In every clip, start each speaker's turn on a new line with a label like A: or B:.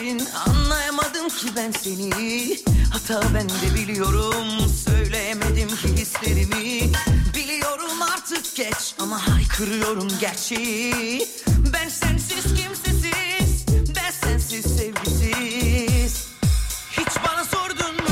A: gittin, anlayamadım ki ben seni. Hata ben de biliyorum, söyleyemedim ki hislerimi. Biliyorum artık geç ama haykırıyorum gerçeği. Ben sensiz kimsesiz, ben sensiz sevgisiz. Hiç bana sordun mu?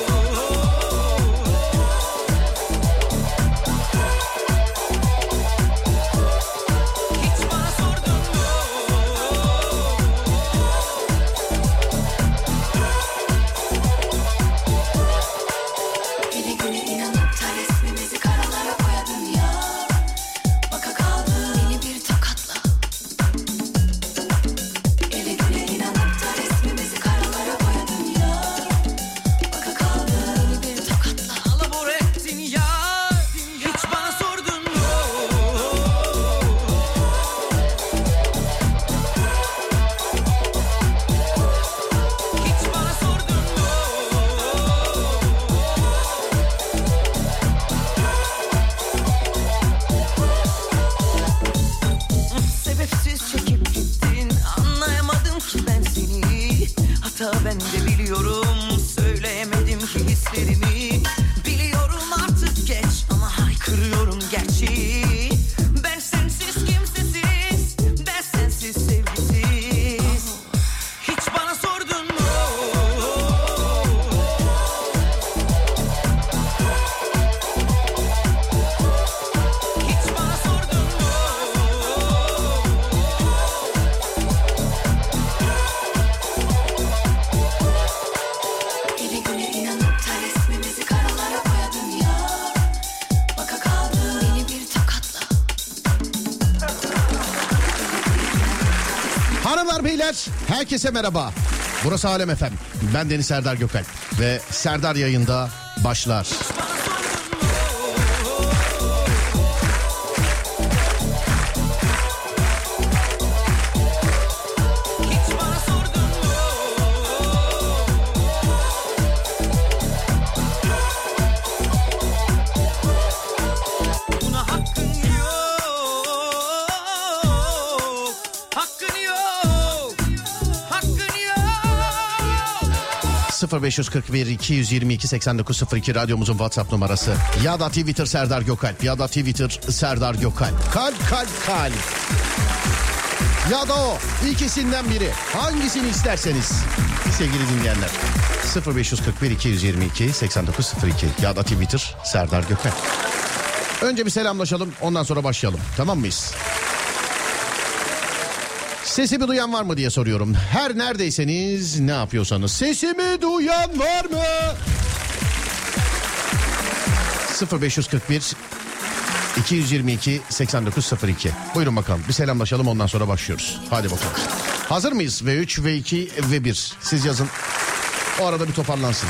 A: Ben de biliyorum, söyleyemedim ki hislerimi. Biliyorum artık geç ama haykırıyorum gerçeği. Ben sensiz kimsesiz, ben sensiz sevgisiz. Hiç bana sordun mu? Hiç bana sordun mu?
B: Hanımlar beyler herkese merhaba. Burası Alem FM. Ben Deniz Serdar Gökalp ve Serdar yayında başlar.
A: Buna hakkın yok, hakkın yok, hakkın yok.
B: 0541 222 8902 radyomuzun WhatsApp numarası. Ya da Twitter Serdar Gökalp, ya da Twitter Serdar Gökalp. Kalp kalp kalp. Ya da o ikisinden biri. Hangisini isterseniz sevgili dinleyenler. 0541 222 8902 ya da Twitter Serdar Gökalp. Önce bir selamlaşalım, ondan sonra başlayalım. Tamam mıyız? Sesimi duyan var mı diye soruyorum. Her neredeyseniz, ne yapıyorsanız. Sesimi duyan var mı? 0541 222 8902. Buyurun bakalım. Bir selamlaşalım, ondan sonra başlıyoruz. Hadi bakalım. Hazır mıyız? V3, V2, V1. Siz yazın. O arada bir toparlansın.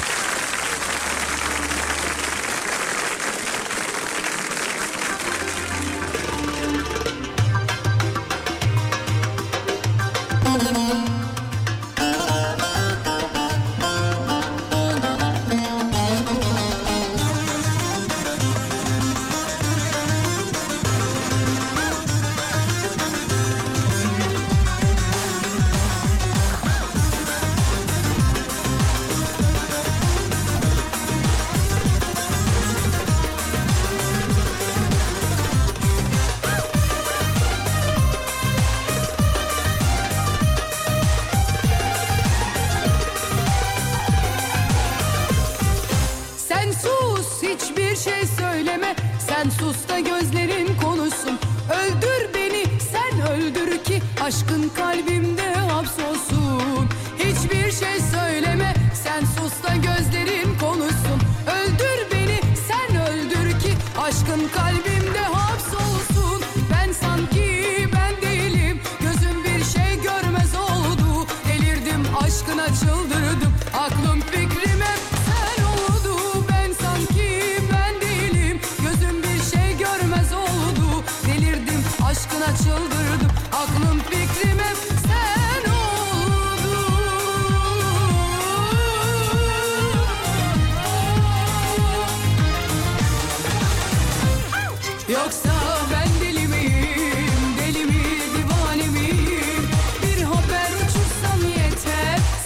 C: Aşkın kalbimde hapsolsun. Hiçbir şey söyleme, sen sus da gözlerin konuşsun. Öldür beni, sen öldür ki aşkın kalbimde hapsolsun. Ben sanki ben değilim, gözüm bir şey görmez oldu. Delirdim, aşkına çıldırdım, aklım fikrim hep sen oldu. Ben sanki ben değilim, gözüm bir şey görmez oldu. Delirdim, aşkına çıldırdım, aklım fikrim hep sen oldu. Yoksa ben deli miyim, deli mi, divane miyim? Bir haber uçursam yeter,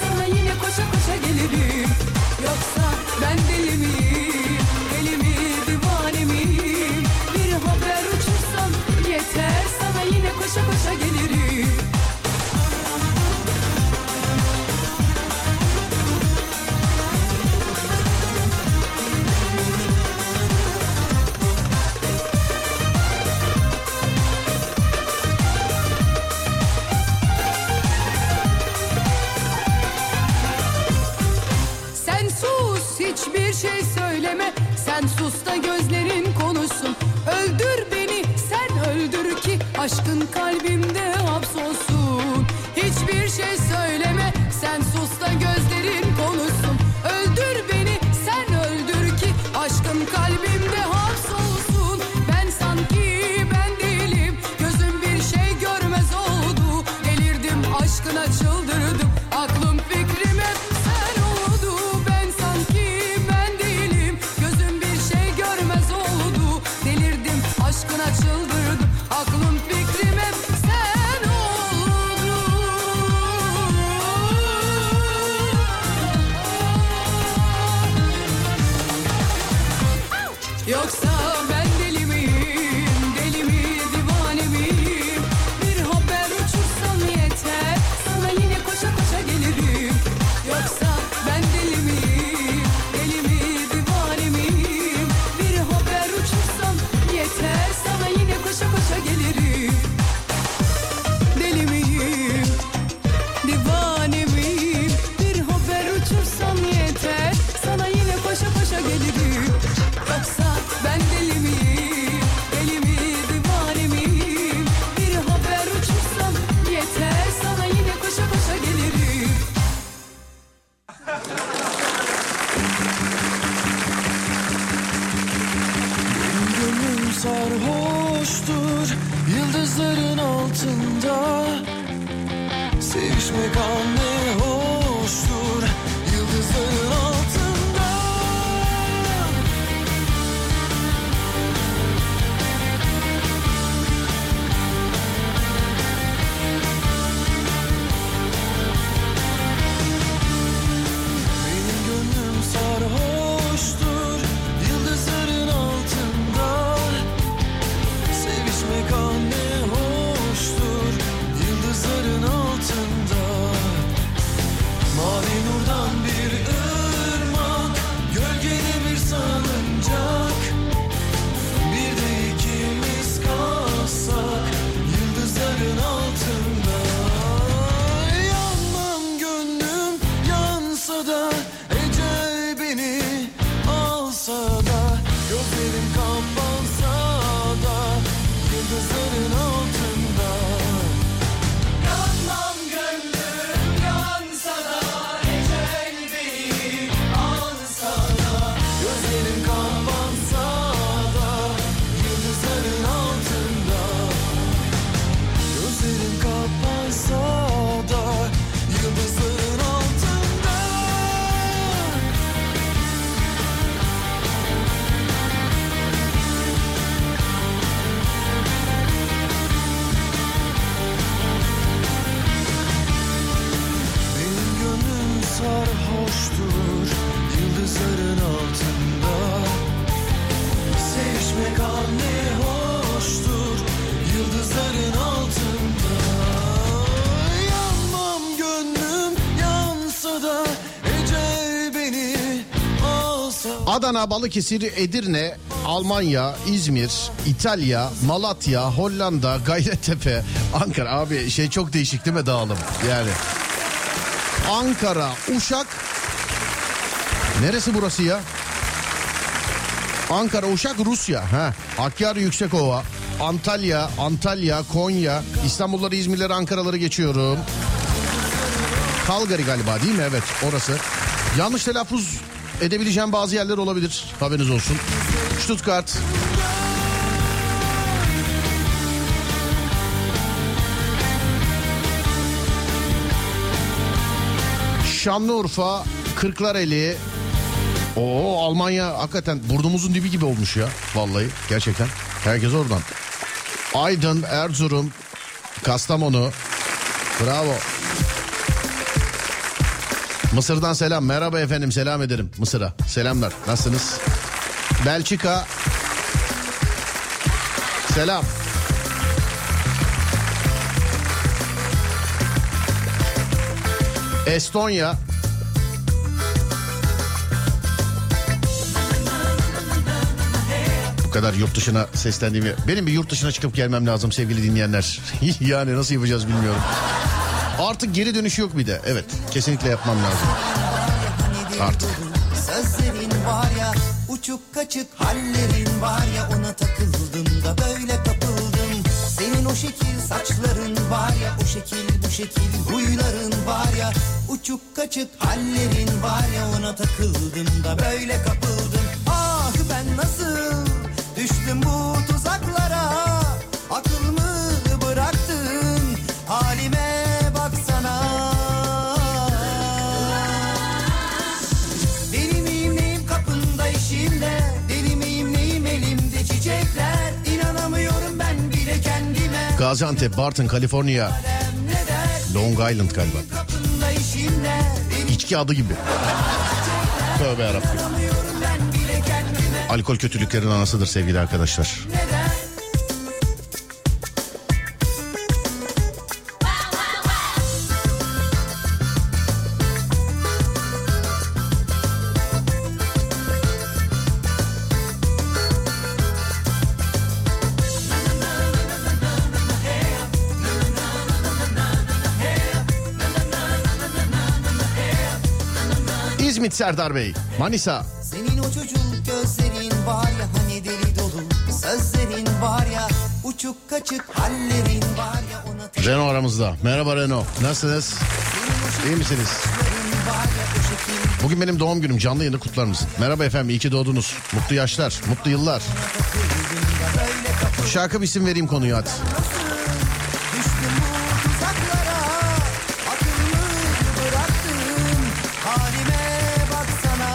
C: sen sus da gözlerin konuşsun. Öldür beni sen öldür ki aşkın kalbimde hapsolsun. Hiçbir şey söyleme sen sus da gözlerin konuşsun. Öldür beni sen öldür ki aşkın kalbimde hapsolsun. Ben sanki ben değilim, gözüm bir şey görmez oldu. Delirdim aşkına çıldırdım, aklım fikrim hep sen oldu. Ben sanki ben değilim, gözüm bir şey görmez oldu. Delirdim aşkına çıldırdım, aklım fikrim hep sen oldu. Yoksa ben deli miyim, deli mi, divane miyim? Bir haber uçursam yeter, sana yine koşa koşa gelirim. Yoksa ben deli miyim, deli mi, divane miyim? Bir haber uçursam yeter, sana yine koşa koşa gelirim. Deli miyim, divane miyim? Bir haber uçursam yeter, sana yine koşa koşa gelirim. Yoksa ben deli miyim, deli mi, divane miyim? Bir haber uçursam yeter, sana yine koşa koşa gelirim.
D: Gönlüm sarhoştur yıldızların altında. Sevişmek anne hoştur yıldızların altında. Benim gönlüm sarhoştur yıldızların altında. Sevişmek anne hoştur yıldızların altında. Mavi nurdan bir ırmak, gölgede bir salıncak. Bir de ikimiz kalsak yıldızların altında. Yanmam gönlüm yansa da, ecel beni alsa da, gözlerim kapansa da yıldızların altında. Yanmam gönlüm yansa da, ecel beni alsa da, gözlerim kapansa da yıldızların altında. Gözlerim kapansa da yıldızların altında. Benim gönlüm sarhoştur yıldızların altında. Sevişmek anne hoştur yıldızların altında. Yanmam gönlüm yansa da, ecel beni alsa.
B: Adana, Balıkesir, Edirne, Almanya, İzmir, İtalya, Malatya, Hollanda, Gayrettepe, Ankara. Abi şey çok değişik değil mi dağılım? Yani Ankara, Uşak. Neresi burası ya? Ankara, Uşak, Rusya. Ha. Hakkari, Yüksekova, Antalya, Konya, İstanbulları, İzmirleri, Ankaraları geçiyorum. Calgary galiba değil mi? Evet, orası. Yanlış telaffuz edebileceğim bazı yerler olabilir. Haberiniz olsun. Stuttgart. Şanlıurfa, Kırklareli. Oo, Almanya hakikaten burnumuzun dibi gibi olmuş ya. Vallahi gerçekten. Herkes oradan. Aydın, Erzurum, Kastamonu. Bravo. Mısır'dan selam. Merhaba efendim, selam ederim Mısır'a. Selamlar. Nasılsınız? Belçika. Selam. Estonya. Bu kadar yurt dışına seslendiğimi. Benim bir yurt dışına çıkıp gelmem lazım sevgili dinleyenler. Yani nasıl yapacağız bilmiyorum. Artık geri dönüşü yok bir de. Evet, kesinlikle yapmam lazım. Artık.
E: Sözlerin var ya
D: Uçuk kaçık hallerin var ya, ona takıldım da böyle kapıldım. Senin o şekil saçların var ya, o şekil bu şekil huyların var ya. Uçuk kaçık hallerin var ya, ona takıldım da böyle kapıldım. Ah ben nasıl düştüm bu tuzaklara, akıl mı bıraktın halime baksana. Deli miyim neyim kapında işimde, deli miyim neyim elimde çiçekler. İnanamıyorum ben bile kendime.
B: Gaziantep, Bartın, Kaliforniya, Long Island galiba.
D: Kapında işimde,
B: İçki adı gibi. Tövbe yarabbim.
D: inanamıyorum ben bile kendime.
B: Alkol kötülüklerin anasıdır sevgili arkadaşlar.
D: Neden?
B: İzmit Serdar Bey, Manisa.
D: Senin o çocuk gözlerin var ya, hani deli dolu sözlerin var ya. Uçuk kaçık hallerin var ya, ona
B: Renault aramızda. Merhaba Renault. Nasılsınız? İyi misiniz?
D: var ya, o şekil
B: Bugün benim doğum günüm. Canlı yayında kutlar mısın? Merhaba efendim. İyi ki doğdunuz. Mutlu yaşlar. Mutlu yıllar. Şarkı bir isim vereyim konuyu hadi.
D: düştüm bu tuzaklara, akıllı bıraktım halime baksana.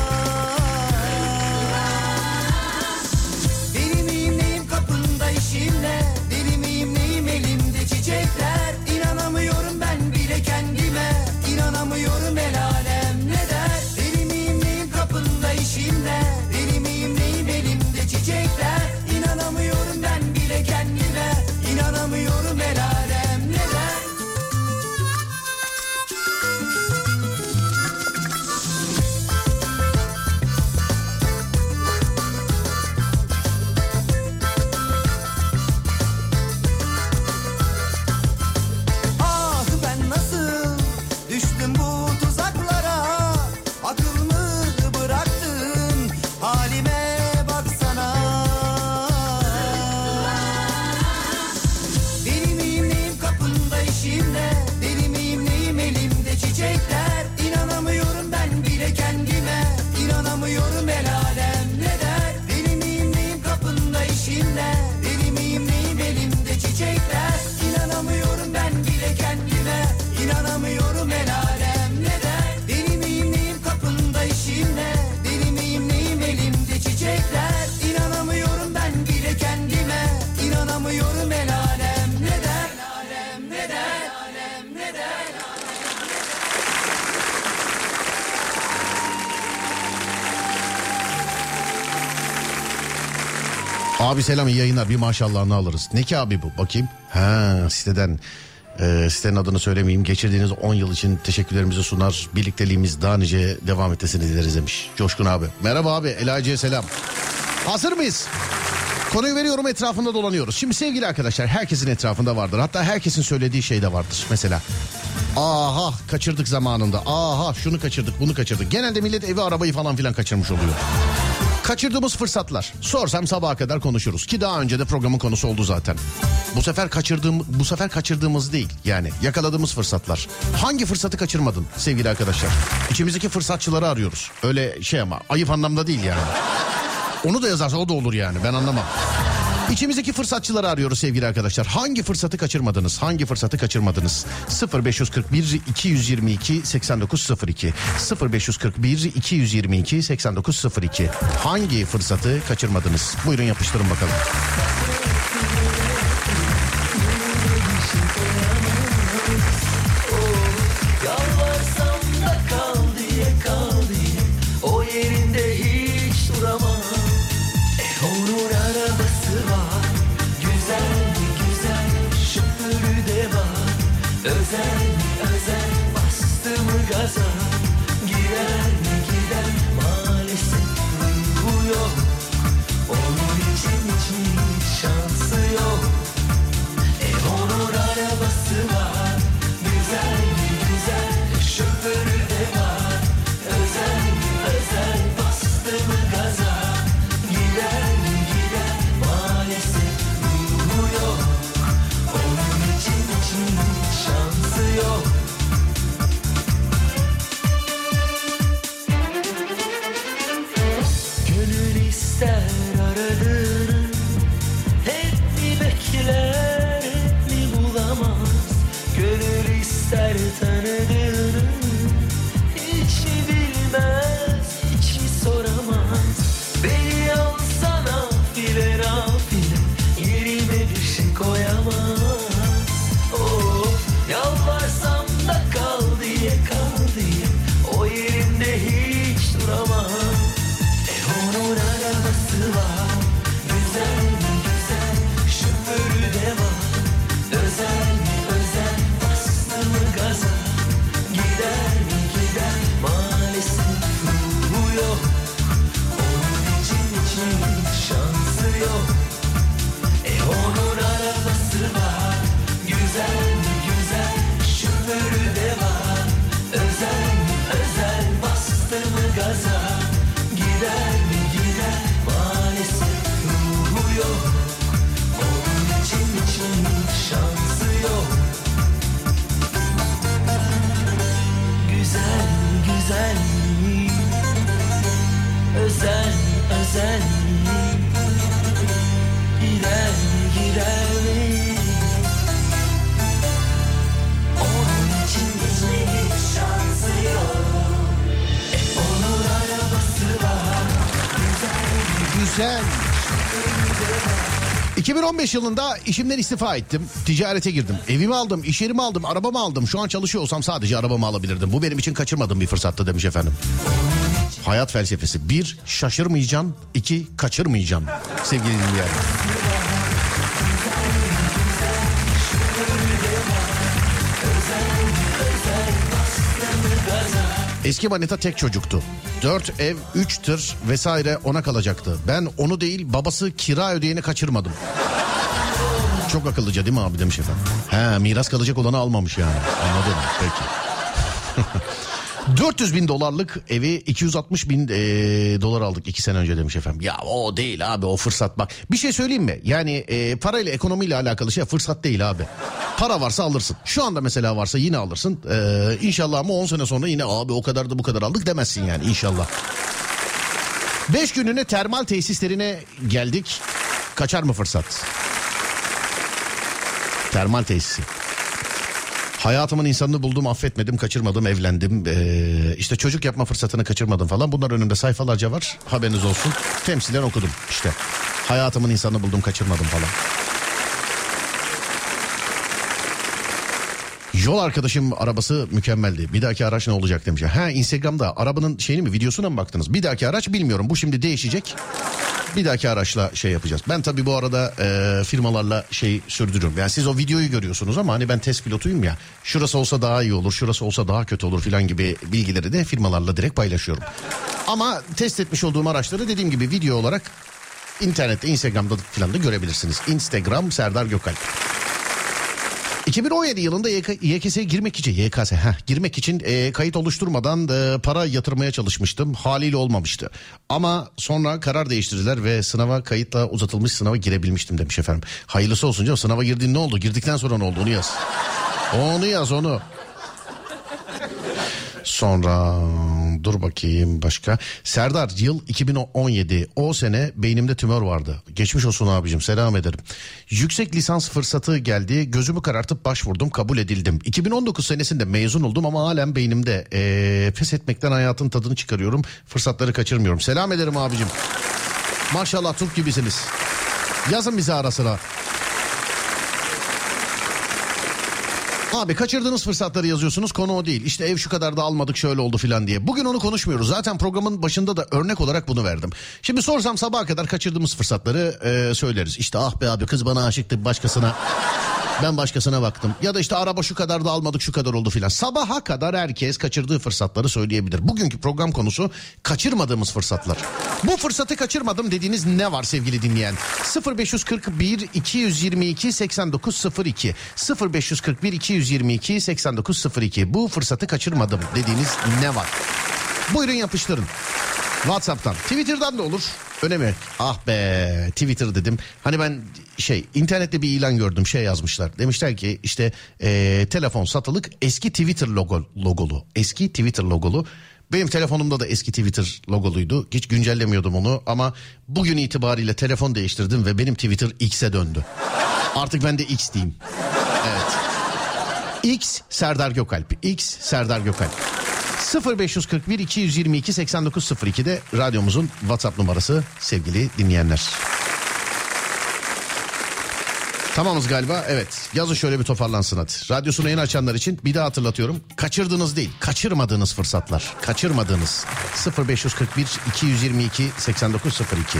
D: Deli miyim neyim kapında işimle, deli miyim neyim elimde çiçekler. İnanamıyorum ben bile kendime, inanamıyorum el alem ne der. Deli miyim neyim kapında işimle, deli miyim neyim elimde çiçekler. İnanamıyorum ben bile kendime, inanamıyorum el alem ne der. Ah ben nasıl düştüm bu tuzaklara, akıl mı bıraktın halime baksana. Deli miyim neyim kapında işimle, deli miyim neyim elimde çiçekler. İnanamıyorum ben bile kendime, inanamıyorum el alem ne der. Deli miyim neyim kapında işimle, deli miyim neyim elimde çiçekler. İnanamıyorum ben bile kendime, inanamıyorum el alem ne der. Deli miyim neyim kapında işimle, deli miyim neyim elimde çiçekler. İnanamıyorum ben bile kendime, inanamıyorum el alem ne der. El alem ne der, alem ne der.
B: Abi selam, iyi yayınlar. Bir maşallahını alırız. Ne ki abi bu? Bakayım. Ha, siteden. Sitenin adını söylemeyeyim. Geçirdiğiniz 10 yıl için teşekkürlerimizi sunar. Birlikteliğimiz daha nice devam etmesini dileriz demiş. Coşkun abi. Merhaba abi. Elaci'ye selam. Hazır mıyız? Konuyu veriyorum, etrafında dolanıyoruz. Şimdi sevgili arkadaşlar, herkesin etrafında vardır. Hatta herkesin söylediği şey de vardır. Mesela aha kaçırdık zamanında. Aha şunu kaçırdık, bunu kaçırdık. Genelde millet evi, arabayı falan filan kaçırmış oluyor. Kaçırdığımız fırsatlar. Sorsam sabaha kadar konuşuruz ki daha önce de programın konusu oldu zaten. Bu sefer kaçırdığımız değil, yani yakaladığımız fırsatlar. Hangi fırsatı kaçırmadın sevgili arkadaşlar? İçimizdeki fırsatçıları arıyoruz. Öyle şey ama ayıp anlamda değil yani. Onu da yazarsa o da olur yani, ben anlamam. İçimizdeki fırsatçıları arıyoruz sevgili arkadaşlar. Hangi fırsatı kaçırmadınız? Hangi fırsatı kaçırmadınız? 0541 222 8902 0541 222 8902. Hangi fırsatı kaçırmadınız? Buyurun yapıştırın bakalım.
D: Yalvarsam da kal diye o yerinde hiç duramam. Onun arabası var, güzel mi güzel, şoförü de var. Özel mi özel, bastı mı gaza, gider mi gider, maalesef ruhu yok. Onun için hiç şansı yok. Onun arabası var, güzel mi güzel, şoförü de var. Özel mi özel, bastı mı gaza,
E: ister aradığını, hep mi bekler, hep mi bulamaz? Gönül ister tanıdığını, hiç mi bilmez, hiç mi soramaz? Beni alsana file nafile, yerime bir şey koyamaz. Oh, yalvarsam da kal diye, kal diye, o yerimde hiç duramaz. Onun arabası var, güzel mi güzel, şoförü de var. Özel mi özel, bastı mı gaza, gider mi gider, maalesef ruhu yok. Onun için şansı yok. Onun arabası var, güzel mi güzel, şoförü de var. Özel mi özel, bastı mı gaza, gider mi gider, maalesef ruhu yok. Onun için şansı yok. Güzel mi güzel mi, özel mi özel mi, gider mi gider mi, onun için hiç şansı yok. Onun arabası var,
B: Güzel. 2015 yılında işimden istifa ettim. Ticarete girdim. Evimi aldım, iş yerimi aldım, arabamı aldım. Şu an çalışıyor olsam sadece arabamı alabilirdim. Bu benim için kaçırmadığım bir fırsattı demiş efendim. Hayat felsefesi. 1. Şaşırmayacaksın. 2. Kaçırmayacaksın. Sevgili dinleyenler. Eski manita tek çocuktu. 4 ev, 3 tır vesaire ona kalacaktı. Ben onu değil babası kira ödeyeni kaçırmadım. Çok akıllıca değil mi abi demiş efendim. He, miras kalacak olanı almamış yani. Anladım peki. 400 bin dolarlık evi 260 bin dolar aldık 2 sene önce demiş efendim. Ya o değil abi, o fırsat bak. Bir şey söyleyeyim mi? Yani parayla ekonomiyle alakalı şey fırsat değil abi. Para varsa alırsın. Şu anda mesela varsa yine alırsın. İnşallah ama 10 sene sonra yine abi o kadar da bu kadar aldık demezsin yani inşallah. 5 günlüğüne termal tesislerine geldik. Kaçar mı fırsat? Termal tesisi. Hayatımın insanını buldum, affetmedim, kaçırmadım, evlendim. İşte çocuk yapma fırsatını kaçırmadım falan. Bunlar önümde sayfalarca var. Haberiniz olsun. Temsilen okudum işte. Hayatımın insanını buldum, kaçırmadım falan. Yol arkadaşım arabası mükemmeldi. Bir dahaki araç ne olacak demiş. Ha, Instagram'da arabanın şeyini mi, videosuna mı baktınız? Bir dahaki araç bilmiyorum. Bu şimdi değişecek. Bir dahaki araçla şey yapacağız. Ben tabii bu arada firmalarla şey sürdürüyorum. Yani siz o videoyu görüyorsunuz ama hani ben test pilotuyum ya. Şurası olsa daha iyi olur, şurası olsa daha kötü olur filan gibi bilgileri de firmalarla direkt paylaşıyorum. Ama test etmiş olduğum araçları dediğim gibi video olarak internette, Instagram'da filan da görebilirsiniz. Instagram Serdar Gökalp. 2017 yılında YKS'ye girmek için kayıt oluşturmadan para yatırmaya çalışmıştım. Haliyle olmamıştı. Ama sonra karar değiştirdiler ve sınava kayıtla uzatılmış sınava girebilmiştim demiş efendim. Hayırlısı olsun canım, sınava girdiğin ne oldu? Girdikten sonra ne oldu onu yaz. Onu yaz onu. Sonra dur bakayım başka. Serdar, yıl 2017. O sene beynimde tümör vardı. Geçmiş olsun abicim, selam ederim. Yüksek lisans fırsatı geldi. Gözümü karartıp başvurdum, kabul edildim. 2019 senesinde mezun oldum ama halen beynimde. Pes etmekten hayatın tadını çıkarıyorum. Fırsatları kaçırmıyorum. Selam ederim abicim. Maşallah Türk gibisiniz. Yazın bize ara sıra. Abi kaçırdığınız fırsatları yazıyorsunuz, konu o değil. İşte ev şu kadar da almadık, şöyle oldu filan diye. Bugün onu konuşmuyoruz. Zaten programın başında da örnek olarak bunu verdim. Şimdi sorsam sabaha kadar kaçırdığımız fırsatları söyleriz. İşte ah be abi, kız bana aşıktı, başkasına. Ben başkasına baktım. Ya da işte araba şu kadar da almadık, şu kadar oldu filan. Sabaha kadar herkes kaçırdığı fırsatları söyleyebilir. Bugünkü program konusu kaçırmadığımız fırsatlar. Bu fırsatı kaçırmadım dediğiniz ne var sevgili dinleyen? 0541 222 8902 0541 222 8902. Bu fırsatı kaçırmadım dediğiniz ne var? Buyurun yapıştırın. WhatsApp'tan, Twitter'dan da olur. Önemi. Ah be, Twitter dedim. Hani ben internette bir ilan gördüm, yazmışlar. Demişler ki işte telefon satılık, eski Twitter logolu. Eski Twitter logolu Benim telefonumda da eski Twitter logoluydu. Hiç güncellemiyordum onu ama bugün itibariyle telefon değiştirdim ve benim Twitter X'e döndü. Artık ben de X diyeyim. Evet. X Serdar Gökalp. X Serdar Gökalp. 0541 222 8902'de radyomuzun WhatsApp numarası sevgili dinleyenler. Tamamız galiba, evet. Yazın şöyle bir toparlansın hadi. Radyosunu yeni açanlar için bir daha hatırlatıyorum. Kaçırdığınız değil, kaçırmadığınız fırsatlar. Kaçırmadığınız. 0541 222 8902.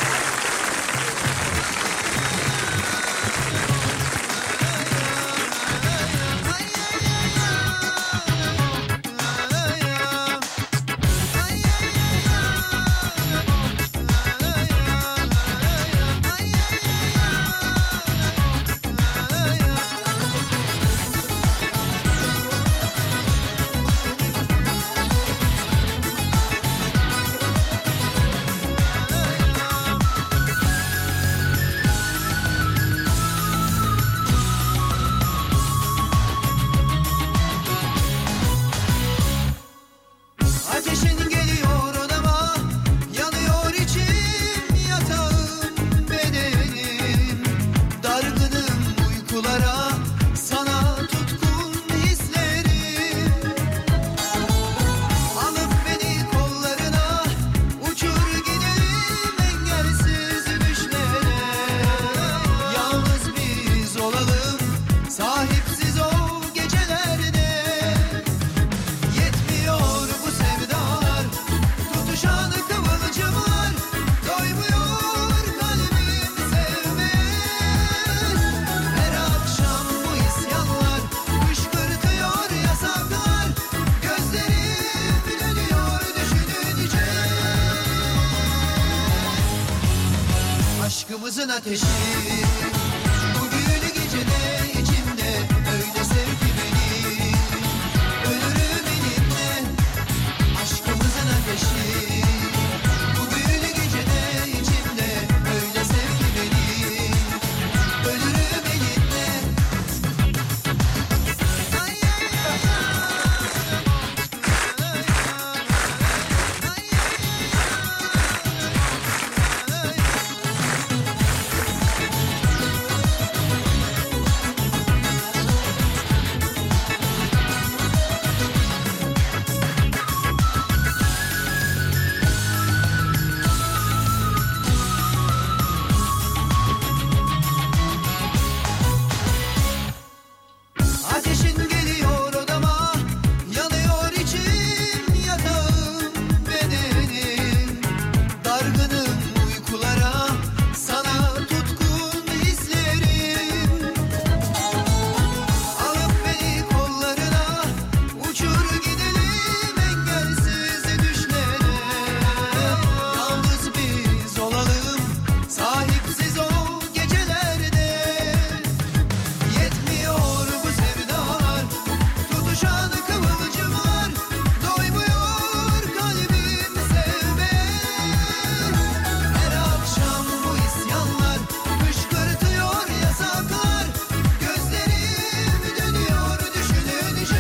D: Aşkımızın ateşi bu büyülü gecede içimde öyle sev ki beni, ölürüm elinle. Aşkımızın ateşi bu büyülü gecede içimde öyle sev ki beni, ölürüm elinle. Ateşin geliyor odama, yanıyor içim, yatağım, bedenim. Dargınım uykulara, sana tutkun hislerim. Alıp beni kollarına, uçur gidelim engelsiz düşlere. Yalnız biz olalım, sahipsiz o gecelerde. Yetmiyor bu sevdalar, tutuşan kıvılcımlar, doymuyor kalbim sevmeye. Her akşam bu isyanlar, kışkırtıyor yasaklar, gözlerim dönüyor düşününce.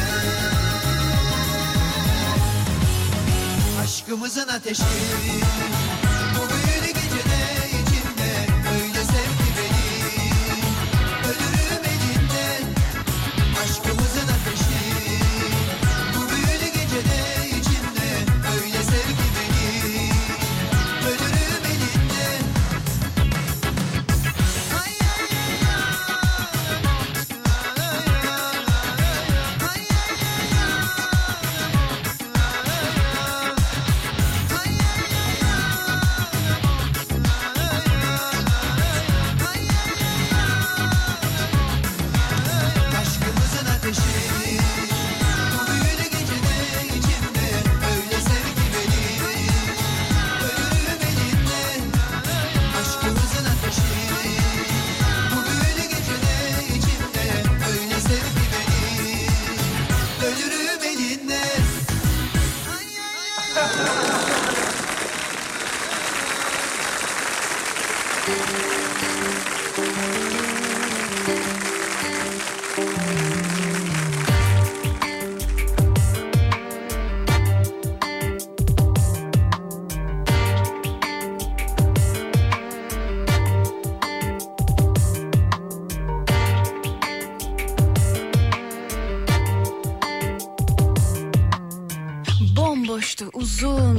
D: Aşkımızın ateşi bu büyülü gecede içimde öyle sev ki beni, ölürüm elinden. Aşkımızın ateşi bu büyülü gecede içimde öyle sev ki beni, ölürüm elinden. Ay ay ay ay Aşkımızın ateşi bu büyülü gecede içimde öyle sev ki beni, ölürüm elinden. Aşkımızın ateşi bu büyülü gecede içimde öyle sev ki beni, ölürüm elinden.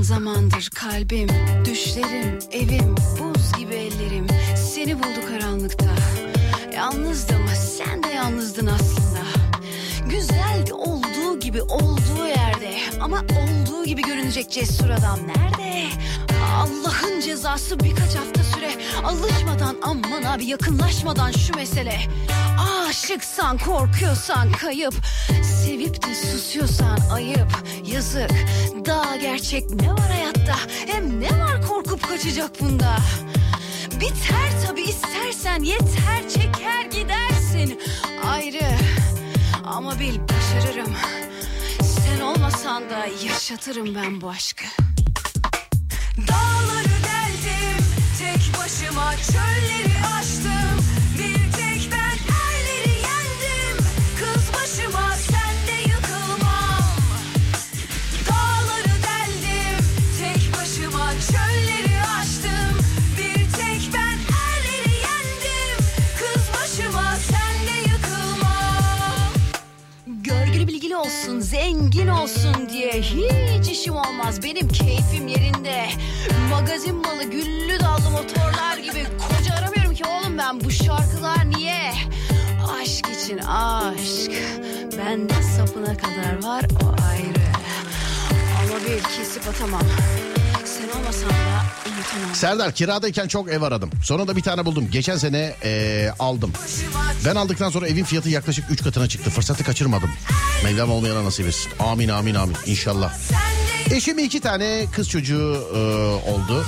C: zamandır kalbim, düşlerim, evim, buz gibi ellerim seni buldu karanlıkta. Yalnızdım, sen de yalnızdın aslında. Güzeldi olduğu gibi olduğu yerde, ama olduğu gibi görünecek cesur adam nerede? Allah'ın cezası birkaç hafta süre. Alışmadan, aman abi yakınlaşmadan şu mesele. Aşıksan, korkuyorsan kayıp, sevip de susuyorsan ayıp. Yazık, daha gerçek ne var hayatta? Hem ne var korkup kaçacak bunda? Biter tabii istersen, yeter çeker gidersin ayrı. Ama bil başarırım, sen olmasan da yaşatırım ben bu aşkı. Dağları deldim, tek başıma çölleri aştım. Bir tek ben erleri yendim, kız başıma sen de yıkılmam. Dağları deldim, tek başıma çölleri aştım. Bir tek ben erleri yendim, kız başıma sen de yıkılmam. Görgülü bilgili olsun, zengin olsun diye hiç işim olmaz, benim keyfim yerinde. Magazin malı, güllü dallı motorlar gibi koca aramıyorum ki oğlum ben, bu şarkılar niye? Aşk için aşk, benden sapına kadar var o ayrı. Ama bil kesip atamam, sen olmasan da unutamam.
B: Serdar, kiradayken çok ev aradım. Sonra da bir tane buldum. Geçen sene aldım. Ben aldıktan sonra evin fiyatı yaklaşık 3 katına çıktı. Fırsatı kaçırmadım. Mevlam olmayana nasip etsin. Amin amin amin inşallah. Eşim 2 tane kız çocuğu oldu.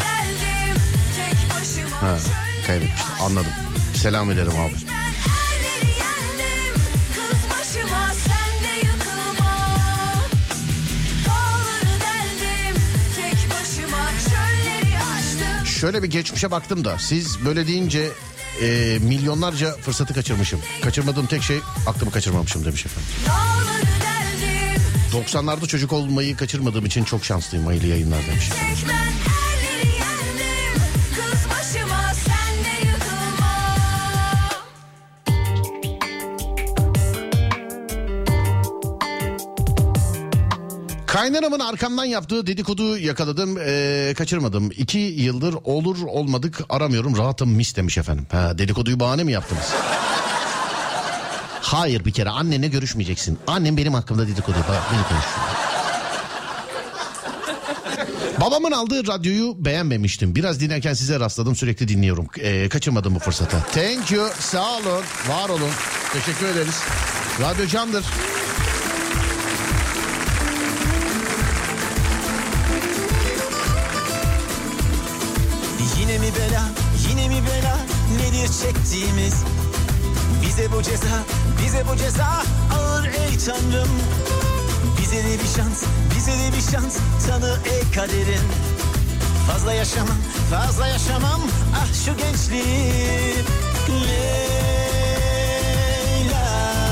B: Ha, kaybetmiştim, anladım. Selam ederim abi. Şöyle bir geçmişe baktım da siz böyle deyince milyonlarca fırsatı kaçırmışım. Kaçırmadığım tek şey aklımı kaçırmamışım demiş efendim. 90'larda çocuk olmayı kaçırmadığım için çok şanslıyım. Hayırlı yayınlar demiş efendim. Kaynanamın arkamdan yaptığı dedikodu yakaladım, kaçırmadım. 2 yıldır olur olmadık aramıyorum, rahatım mis demiş efendim. Ha, dedikoduyu bahane mi yaptınız? Hayır, bir kere annenle görüşmeyeceksin. Annem benim hakkımda dedikodu yapıyor. Beni konuşuyor. Babamın aldığı radyoyu beğenmemiştim. Biraz dinlerken size rastladım, sürekli dinliyorum. Kaçırmadım bu fırsatı. Thank you, sağ olun, var olun. Teşekkür ederiz. Radyo candır.
D: Yine mi bela, yine mi bela, nedir çektiğimiz? Bize bu ceza, bize bu ceza ağır ey Tanrım. Bize de bir şans, bize de bir şans tanı ey kaderin. Fazla yaşamam, fazla yaşamam, ah şu gençliği. Leyla,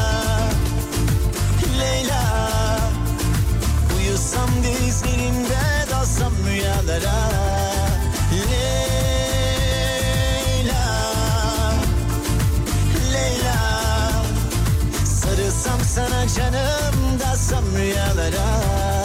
D: Leyla, uyusam dizlerimde dalsam rüyalara. Sarılsam sana canım, dalsam rüyalara.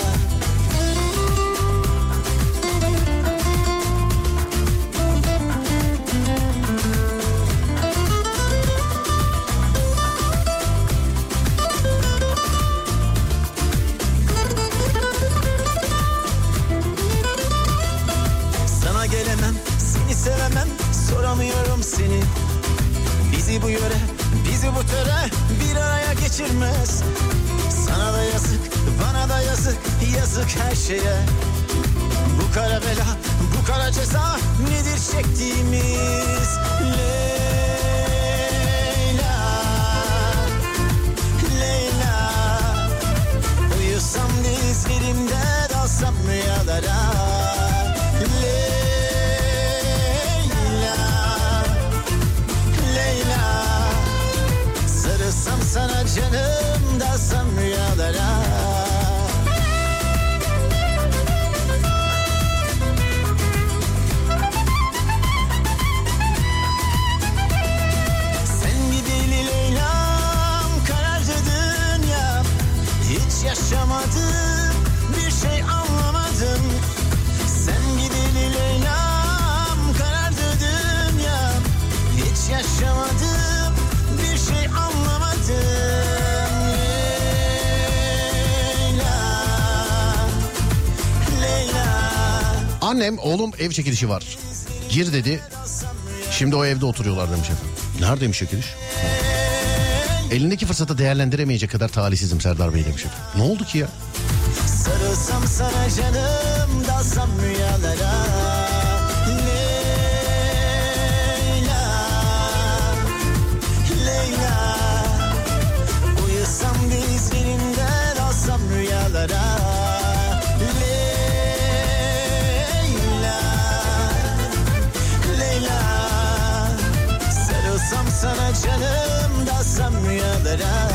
D: Sana gelemem, seni sevemem, soramıyorum seni. Bizi bu yöre, bizi bu töre bir araya geçirmez. Sana da yazık, bana da yazık, yazık her şeye. Bu kara bela, bu kara ceza nedir çektiğimiz? Leyla, Leyla, uyusam dizlerimde dalsam rüyalara. Sarılsam sana canım, dalsam rüyalara.
B: Annem oğlum ev çekilişi var. Gir dedi. Şimdi o evde oturuyorlar demiş efendim. Neredeymiş çekiliş? Elindeki fırsatı değerlendiremeyecek kadar talihsizim Serdar Bey demiş efendim. Ne oldu ki ya?
D: Sarılsam sana canım, dalsam rüyalara. Leyla, Leyla. Uyusam dizlerinde, dalsam rüyalara. Leyla, Leyla. Sarılsam sana canım, dalsam rüyalara.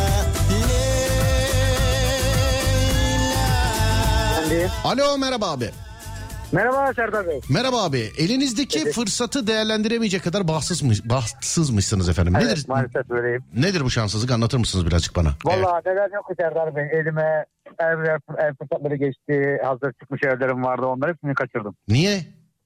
B: Alo merhaba abi.
F: Merhaba Serdar Bey.
B: Merhaba abi. Elinizdeki fırsatı değerlendiremeyecek kadar bahtsızmışsınız efendim.
F: Evet,
B: Nedir?
F: maalesef öyleyim.
B: Nedir bu şanssızlık, anlatır mısınız birazcık bana?
F: Vallahi neler yok ki Serdar Bey. Elime ev fırsatları geçti. Hazır çıkmış evlerim vardı. Onları hepsini kaçırdım.
B: Niye?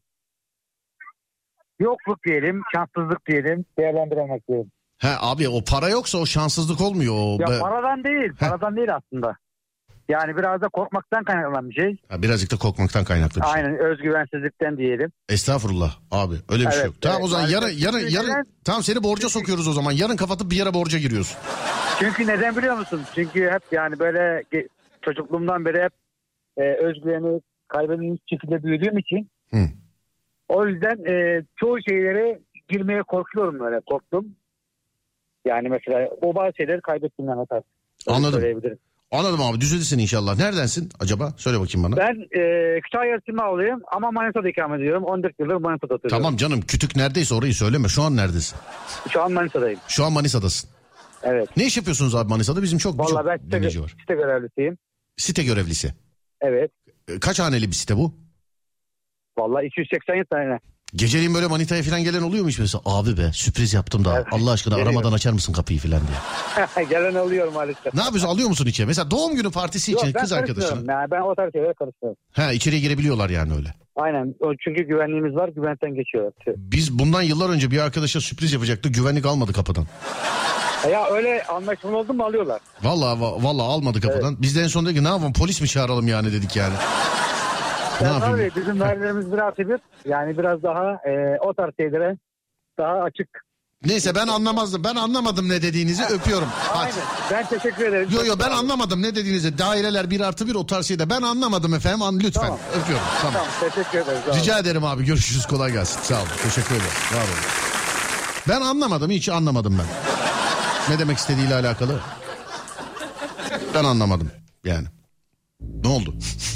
F: Yokluk diyelim, şanssızlık diyelim, değerlendiremek diyelim.
B: He abi, o para yoksa o şanssızlık olmuyor.
F: Ya paradan değil, paradan değil aslında. Yani biraz da korkmaktan kaynaklanan bir şey.
B: Ha, birazcık da korkmaktan kaynaklı bir şey.
F: Aynen, özgüvensizlikten diyelim.
B: Estağfurullah abi, öyle bir şey yok. Tamam,
F: evet,
B: o zaman
F: maalesef.
B: yarın tamam, seni borca sokuyoruz o zaman. Yarın kapatıp bir yere borca giriyorsun.
F: Çünkü neden biliyor musun? Çünkü hep yani böyle çocukluğumdan beri hep özgüveni kaybedilmiş şekilde büyüdüğüm için.
B: Hı.
F: O yüzden çoğu şeylere girmeye korkuyorum, böyle korktum. Yani mesela o bazı şeyleri kaybettiğimden hatta.
B: Anladım. Anladım abi, düzelirsin inşallah. Neredensin acaba? Söyle bakayım bana.
F: Ben Kütahya Simavlıyım ama Manisa'da ikamet ediyorum. 14 yıldır Manisa'da oturuyorum.
B: Tamam canım, kütük neredeyse orayı söyleme. Şu an neredesin?
F: Şu an Manisa'dayım.
B: Şu an Manisa'dasın.
F: Evet.
B: Ne iş yapıyorsunuz abi Manisa'da? Bizim çok
F: Vallahi ben
B: dinleyici var.
F: site görevlisiyim.
B: Site görevlisi.
F: Evet.
B: Kaç haneli bir site bu?
F: Vallahi 287 tane.
B: Geceliğin böyle manitaya falan gelen oluyor mu hiç mesela? Abi be, sürpriz yaptım da,
F: Evet,
B: Allah aşkına
F: geliyor.
B: aramadan açar mısın kapıyı falan diye.
F: Gelen oluyor maalesef.
B: Ne yapıyorsun, alıyor musun içe? Mesela doğum günü partisi için kız arkadaşına.
F: Yani ben o tarz şeylere karışmıyorum.
B: Ha, içeriye girebiliyorlar yani öyle.
F: Aynen, çünkü güvenliğimiz var, güvenlikten geçiyorlar.
B: Biz bundan yıllar önce bir arkadaşa sürpriz yapacaktık, güvenlik almadı kapıdan.
F: Ya öyle anlaşmalı oldu mu alıyorlar.
B: Vallahi almadı kapıdan. Evet. Biz de en son dedik ki ne yapalım, polis mi çağıralım yani dedik yani.
F: Tabii bizim vergilerimiz biraz bir, yani biraz daha o tarz şeylere daha açık.
B: Neyse, ben anlamadım ne dediğinizi, öpüyorum.
F: Aynen, ben teşekkür ederim.
B: Yo ben anlamadım ne dediğinizi, daireler 1+1 o tarz şeyde ben anlamadım efendim, lütfen
F: tamam.
B: Öpüyorum.
F: Tamam, teşekkür ederim.
B: Rica ederim abi, görüşürüz, kolay gelsin, sağ olun, teşekkür ederim, var olun. Ben anlamadım, hiç anlamadım ben. Ne demek istediğiyle alakalı ben anlamadım yani. Ne oldu?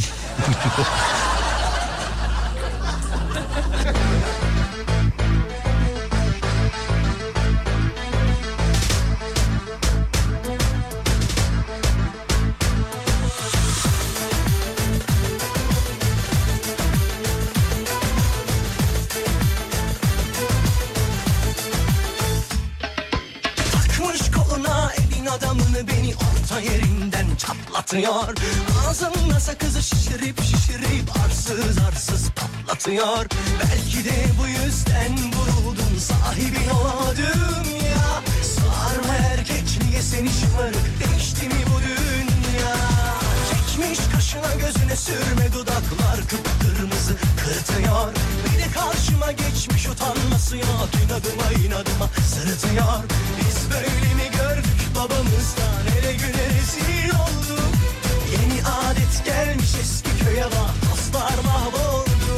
E: Adamını beni orta yerinden çatlatıyor. Ağzımda sakızı şişirip arsız patlatıyor. Belki de bu yüzden vuruldum, sahibin olamadım ya. Sarma erkekliğe seni şımarık, değişti mi bu dünya? Çekmiş kaşına gözüne sürme, dudaklar kıpkırmızı kırtıyor. Bir de karşıma geçmiş utanması yok, inadıma sırıtıyor. Biz böyle mi gördük babamızdan, ele güne rezil olduk. Yeni adet gelmiş eski köye, bak dostlar mahvoldu.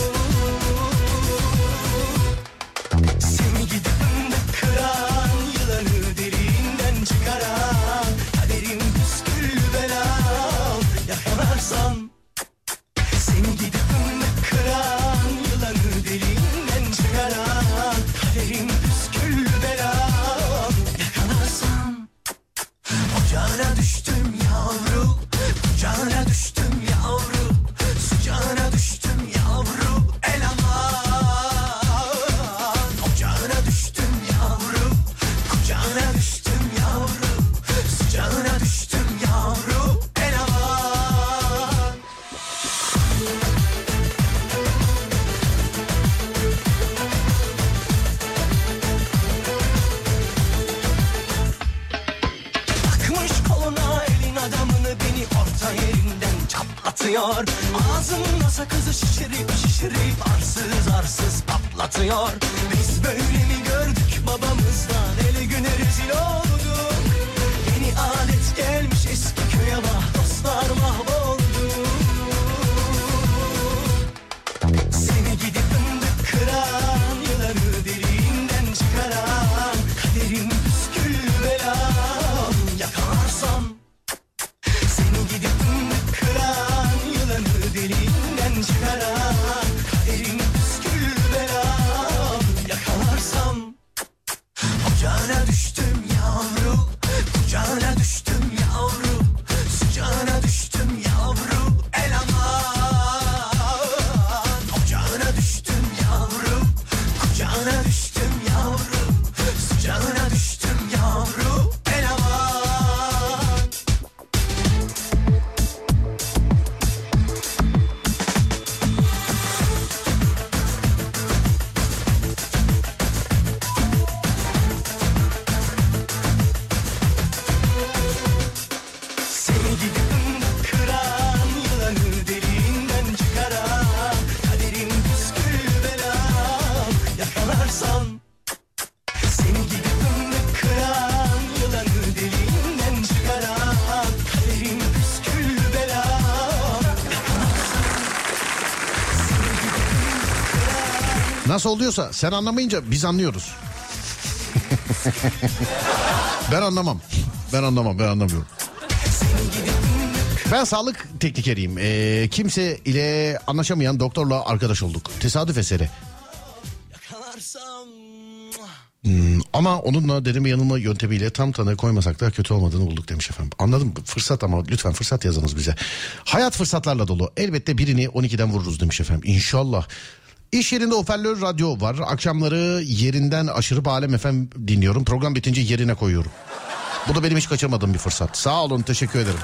E: Seni gidip fındık kıran, yılanı derinden çıkaran, kaderim püsküllü belam, yakalarsam. Seni gidip fındık kıran, yılanı derinden çıkaran, kaderim püsküllü belam, yakalarsam. Ocağına düştüm yavru, kucağına düştüm yavru, sıcağına düştüm yavru, el aman. Ocağına düştüm yavru, kucağına düştüm yavru, sıcağına düştüm yavru, el aman. Takmış koluna elin adamını, beni orta yerinden çatlatıyor. Ağzımda sakızı şişirip şişirip arsız arsız patlatıyor. Biz böyle mi gördük babamızdan, ele güne rezil olduk. Yeni alet gelmiş eski köye, vah dostlar mahvoldu. Seni gidip fındık kıran, yılanı deliğinden çıkaran, kaderim püskül belam yakalarsam. Seni gidip fındık kıran, yılanı deliğinden çıkaran, kaderim püskül belam yakalarsam. Ocağına düştüm yavru, kucağına düştüm yavru, sıcağına düştüm yavru, el aman. Ocağına düştüm yavru, kucağına düştüm yavru, sıcağına düştüm yavru, el aman. Seni gidip fındık kıran, yılanı deliğinden çıkaran, kaderin püskül belam yakalarsam. Seni gidip fındık kıran, yılanı deliğinden çıkaran, kaderin püskül belam yakalarsam.
B: Nasıl oluyorsa sen anlamayınca biz anlıyoruz. Ben anlamam. Ben anlamıyorum. Ben sağlık teknikeriyim. Kimse ile anlaşamayan doktorla arkadaş olduk. Tesadüf eseri.
E: Yakalarsam.
B: Ama onunla deneme yanılma yöntemiyle tam tanı koymasak da kötü olmadığını bulduk demiş efendim. Anladım, fırsat, ama lütfen fırsat yazınız bize. Hayat fırsatlarla dolu. Elbette birini 12'den vururuz demiş efendim. İnşallah. İş yerinde hoparlör radyo var. Akşamları yerinden aşırıp Alem FM dinliyorum. Program bitince yerine koyuyorum. Bu da benim hiç kaçırmadığım bir fırsat. Sağ olun, teşekkür ederim.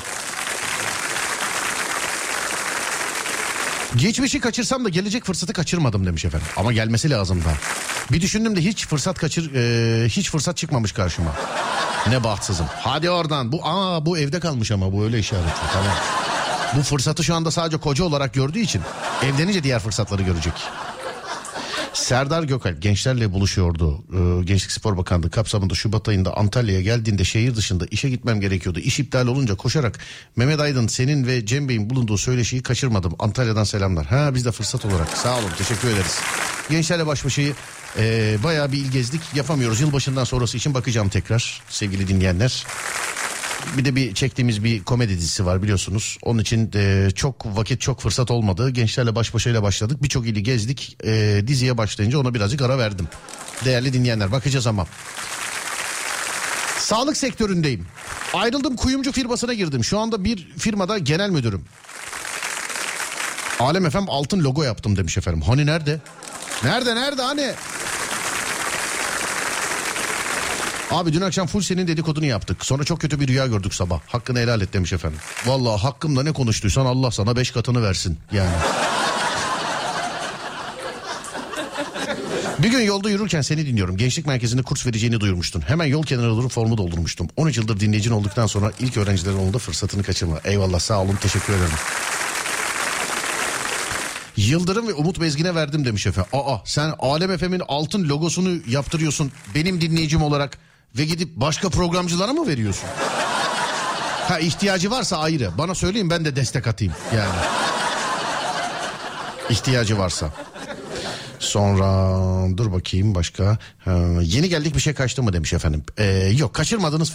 B: Geçmişi kaçırsam da gelecek fırsatı kaçırmadım demiş efendim. Ama gelmesi lazım da. Bir düşündüm de hiç fırsat çıkmamış karşıma. Ne bahtsızım. Hadi oradan. Bu evde kalmış ama bu öyle işaretli. Tamam. Bu fırsatı şu anda sadece koca olarak gördüğü için evlenince diğer fırsatları görecek. Serdar Gökalp gençlerle buluşuyordu. Gençlik Spor Bakanlığı kapsamında Şubat ayında Antalya'ya geldiğinde şehir dışında işe gitmem gerekiyordu. İş iptal olunca koşarak Mehmet Aydın, senin ve Cem Bey'in bulunduğu söyleşiyi kaçırmadım. Antalya'dan selamlar. Biz de fırsat olarak. Sağ olun, teşekkür ederiz. Gençlerle baş başayı bayağı bir il gezdik. Yapamıyoruz. Yılbaşından sonrası için bakacağım tekrar sevgili dinleyenler. Bir de çektiğimiz bir komedi dizisi var biliyorsunuz. Onun için çok vakit, çok fırsat olmadı. Gençlerle baş başayla başladık. Birçok ili gezdik. Diziye başlayınca ona birazcık ara verdim. Değerli dinleyenler, bakacağız ama. Sağlık sektöründeyim. Ayrıldım, kuyumcu firmasına girdim. Şu anda bir firmada genel müdürüm. Alem FM altın logo yaptım demiş efendim. Hani nerede? Nerede hani? Abi dün akşam full senin dedikodunu yaptık. Sonra çok kötü bir rüya gördük sabah. Hakkını helal et demiş efendim. Vallahi hakkımda ne konuştuysan Allah sana 5 katını versin yani. Bir gün yolda yürürken seni dinliyorum. Gençlik merkezinde kurs vereceğini duyurmuştun. Hemen yol kenarına durup formu doldurmuştum. 13 yıldır dinleyicin olduktan sonra ilk öğrencilerin oldu, fırsatını kaçırma. Eyvallah, sağ olun, teşekkür ederim. Yıldırım ve Umut Bezgin'e verdim demiş efendim. Sen Alem FM'in altın logosunu yaptırıyorsun benim dinleyicim olarak ve gidip başka programcılara mı veriyorsun? İhtiyacı varsa ayrı. Bana söyleyin, ben de destek atayım yani. İhtiyacı varsa. Sonra dur bakayım başka. Yeni geldik, bir şey kaçtı mı demiş efendim. Yok, kaçırmadığınız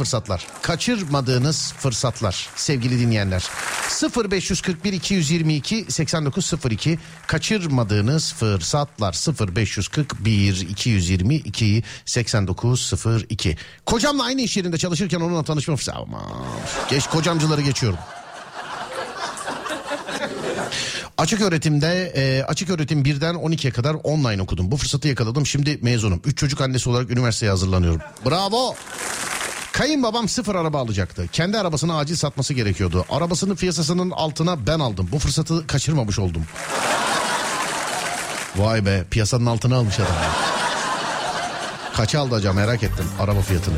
B: fırsatlar sevgili dinleyenler. 0541 222 8902 kaçırmadığınız fırsatlar 0541 222 8902. Kocamla aynı iş yerinde çalışırken onunla tanışma fırsatı. Kocamcıları geçiyorum. Açık öğretim 1'den 12'ye kadar online okudum. Bu fırsatı yakaladım. Şimdi mezunum. 3 çocuk annesi olarak üniversiteye hazırlanıyorum. Bravo. Kayınbabam 0 araba alacaktı. Kendi arabasını acil satması gerekiyordu. Arabasının piyasasının altına ben aldım. Bu fırsatı kaçırmamış oldum. Vay be, piyasanın altına almış adam. Kaça aldı acaba, merak ettim araba fiyatını.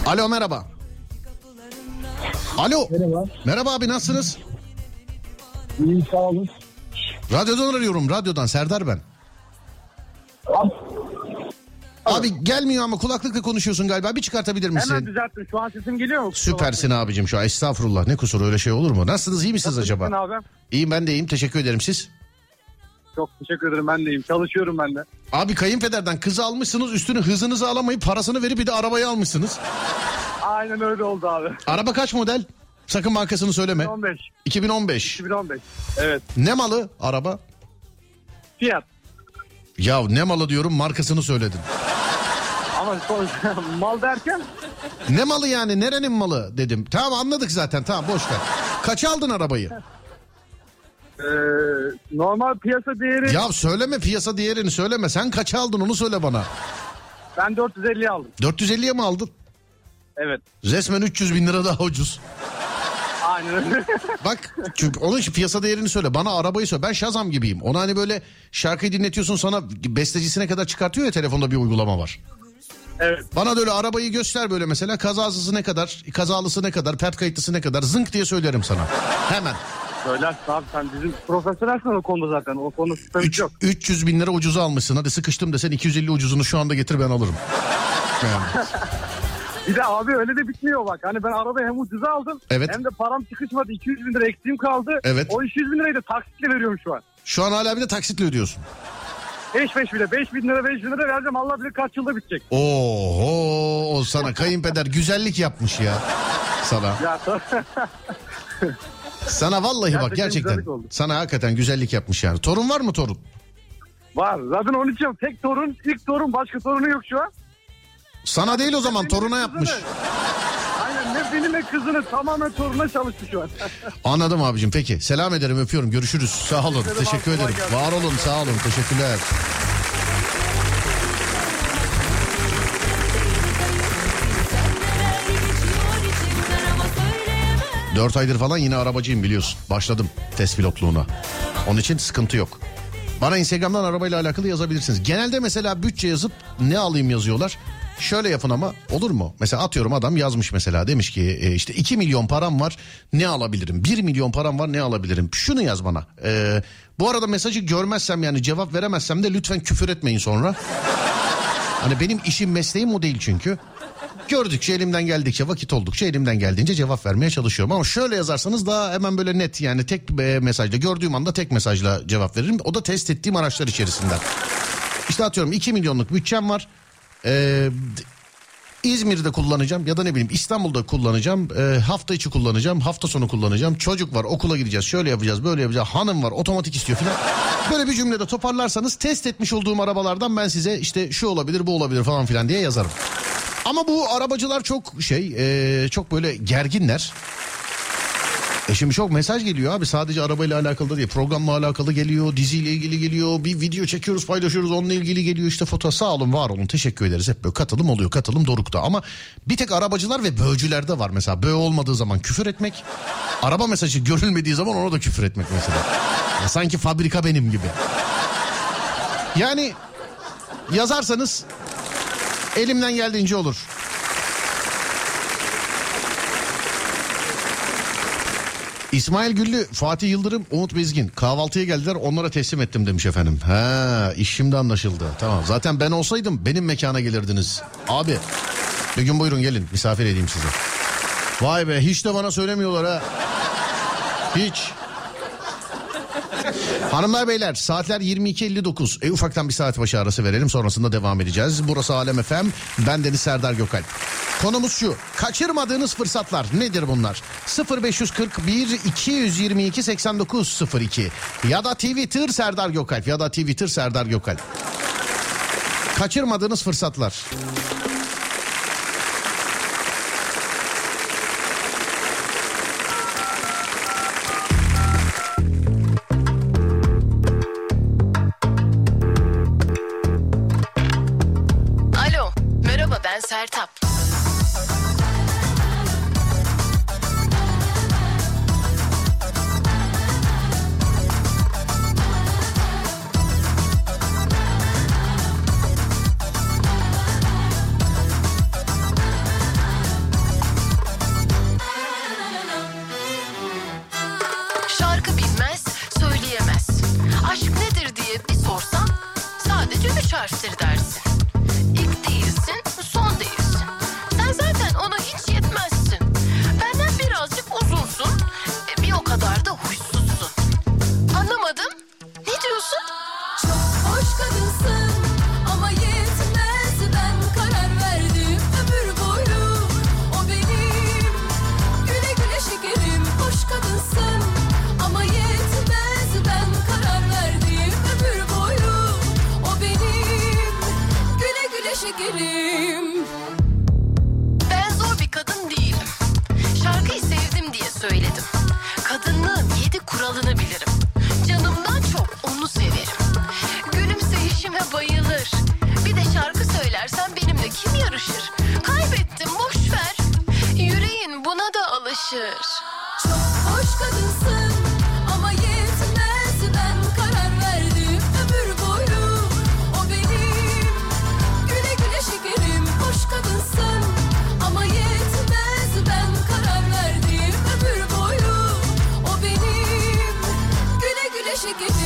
B: Alo merhaba. Alo.
G: Merhaba.
B: Merhaba abi, nasılsınız?
G: İyiyim, sağ olun.
B: Radyodan arıyorum, radyodan. Serdar ben. Abi gelmiyor ama kulaklıkla konuşuyorsun galiba. Bir çıkartabilir misin?
G: Hemen düzelttim. Şu an sesim geliyor mu?
B: Süpersin abicim şu an. Estağfurullah, ne kusur, öyle şey olur mu? Nasılsınız, iyi misiniz acaba?
G: Abi?
B: İyiyim, ben de iyiyim, teşekkür ederim. Siz?
G: Çok teşekkür ederim, ben de iyiyim. Çalışıyorum ben de.
B: Abi kayınpederden kızı almışsınız, üstünü hızınızı alamayıp parasını verip bir de arabayı almışsınız.
G: Aynen öyle oldu abi.
B: Araba kaç model? Sakın markasını söyleme. 2015.
G: 2015. Evet.
B: Ne malı araba?
G: Fiyat.
B: Ya ne malı diyorum, markasını söyledin.
G: Ama mal derken?
B: Ne malı yani, nerenin malı dedim. Tamam anladık zaten, tamam boş ver. Kaça aldın arabayı?
G: Normal piyasa değeri.
B: Ya söyleme piyasa değerini, söyleme. Sen kaça aldın onu söyle bana.
G: Ben 450'ye aldım.
B: 450'ye mi aldın?
G: Evet.
B: Resmen 300 bin lira daha ucuz.
G: Aynen öyle.
B: Bak çünkü onun için piyasa değerini söyle. Bana arabayı söyle. Ben Shazam gibiyim. Ona hani böyle şarkıyı dinletiyorsun, sana bestecisine kadar çıkartıyor ya, telefonda bir uygulama var.
G: Evet.
B: Bana da öyle arabayı göster böyle mesela, kazasızı ne kadar, kazalısı ne kadar, pert kayıtlısı ne kadar, zınk diye söylerim sana. Hemen.
G: Söylersin abi, sen bizim profesyonelsin o konuda zaten. O konuda sıkıntı yok.
B: 300 bin lira ucuza almışsın. Hadi sıkıştım desen 250 ucuzunu şu anda getir, ben alırım. Yani.
G: Bir de abi öyle de bitmiyor bak. Hani ben arabayı hem ucuza aldım.
B: Evet.
G: Hem de param sıkışmadı. 200 bin lira eksiğim kaldı.
B: Evet.
G: O 200 bin lirayı da taksitle veriyorum şu an.
B: Şu an hala bir de taksitle ödüyorsun.
G: 5 bile. 5 bin lira vereceğim. Allah bilir kaç yılda bitecek.
B: Oho, o sana kayınpeder güzellik yapmış ya. Sana.
G: Ya
B: Sana vallahi bak gerçekten.
G: güzellik oldu.
B: Sana hakikaten güzellik yapmış yani. Torun var mı torun?
G: Var. Zaten onun için tek torun, ilk torun, başka torunu yok şu an.
B: Sana değil o zaman,
G: Benim
B: toruna
G: kızını.
B: yapmış.
G: Aynen, ne benim ne kızını, tamamen toruna çalıştı şu an.
B: Anladım abicim, peki. Selam ederim, öpüyorum, görüşürüz. Sağ olun, teşekkür ederim. Var olun, sağ olun, teşekkürler. 4 aydır falan yine arabacıyım biliyorsun. Başladım test pilotluğuna. Onun için sıkıntı yok. Bana Instagram'dan arabayla alakalı yazabilirsiniz. Genelde mesela bütçe yazıp ne alayım yazıyorlar. Şöyle yapın ama, olur mu? Mesela atıyorum, adam yazmış mesela, demiş ki işte 2 milyon param var, ne alabilirim? 1 milyon param var, ne alabilirim? Şunu yaz bana. Bu arada mesajı görmezsem, yani cevap veremezsem de lütfen küfür etmeyin sonra. Hani benim işim, mesleğim o değil çünkü. Gördükçe, elimden geldikçe, vakit oldukça elimden geldiğince cevap vermeye çalışıyorum. Ama şöyle yazarsanız daha hemen böyle net, yani tek mesajla, gördüğüm anda tek mesajla cevap veririm. O da test ettiğim araçlar içerisinden. İşte atıyorum 2 milyonluk bütçem var. İzmir'de kullanacağım ya da ne bileyim İstanbul'da kullanacağım. Hafta içi kullanacağım, hafta sonu kullanacağım. Çocuk var, okula gideceğiz, şöyle yapacağız, böyle yapacağız. Hanım var, otomatik istiyor falan. Böyle bir cümlede toparlarsanız test etmiş olduğum arabalardan ben size işte şu olabilir, bu olabilir falan filan diye yazarım. Ama bu arabacılar çok çok böyle gerginler. Şimdi çok mesaj geliyor abi, sadece arabayla alakalı da değil, programla alakalı geliyor, diziyle ilgili geliyor, bir video çekiyoruz, paylaşıyoruz, onunla ilgili geliyor işte foto. Sağ olun, var olun, teşekkür ederiz, hep böyle katılım oluyor, katılım dorukta. Ama bir tek arabacılar ve böğcülerde var mesela, böğ olmadığı zaman küfür etmek, araba mesajı görülmediği zaman ona da küfür etmek mesela. Ya sanki fabrika benim gibi. Yani yazarsanız elimden geldiğince olur. İsmail Güllü, Fatih Yıldırım, Umut Bezgin kahvaltıya geldiler, onlara teslim ettim demiş efendim. Ha, iş şimdi anlaşıldı. Tamam, zaten ben olsaydım benim mekana gelirdiniz. Abi bir gün buyurun gelin, misafir edeyim sizi. Vay be, hiç de bana söylemiyorlar ha. Hiç. Hanımlar beyler, saatler 22.59. Ufaktan bir saat başı arası verelim, sonrasında devam edeceğiz. Burası Alem FM, ben Deniz Serdar Gökalp. Konumuz şu: kaçırmadığınız fırsatlar nedir bunlar? 0541 222 8902 ya da Twitter Serdar Gökalp, ya da Twitter Serdar Gökalp. Kaçırmadığınız fırsatlar.
H: Alo, merhaba, ben Sertap. Aşk nedir diye bir sorsam sadece 3 harftir dersin. İlk değilsin, son değilsin. Sen zaten ona hiç yetmezsin. Benden birazcık uzunsun, bir o kadar da huysuzsun. Anlamadım. Ne diyorsun?
C: Çok hoş kadınsın ama yetmez, ben karar verdim ömür boyu o benim. Güle güle şekerim, hoş kadınsın ama yetmez, ben karar verdim ömür boyu o benim. Güle güle şekerim.
H: Ben zor bir kadın değilim. Şarkıyı sevdim diye söyledim. Kadınlığın 7 kuralını bilirim. Canımdan çok onu severim. Gülümseyişime bayılır. Bir de şarkı söylersen benimle kim yarışır? Kaybettim, boş ver. Yüreğin buna da alışır.
C: Çok hoş kadınsın ama yetmez, ben karar verdim ömür boyu o benim. Güle güle şekerim, hoş kadınsın ama yetmez, ben karar verdim ömür boyu o benim. Güle güle şekerim.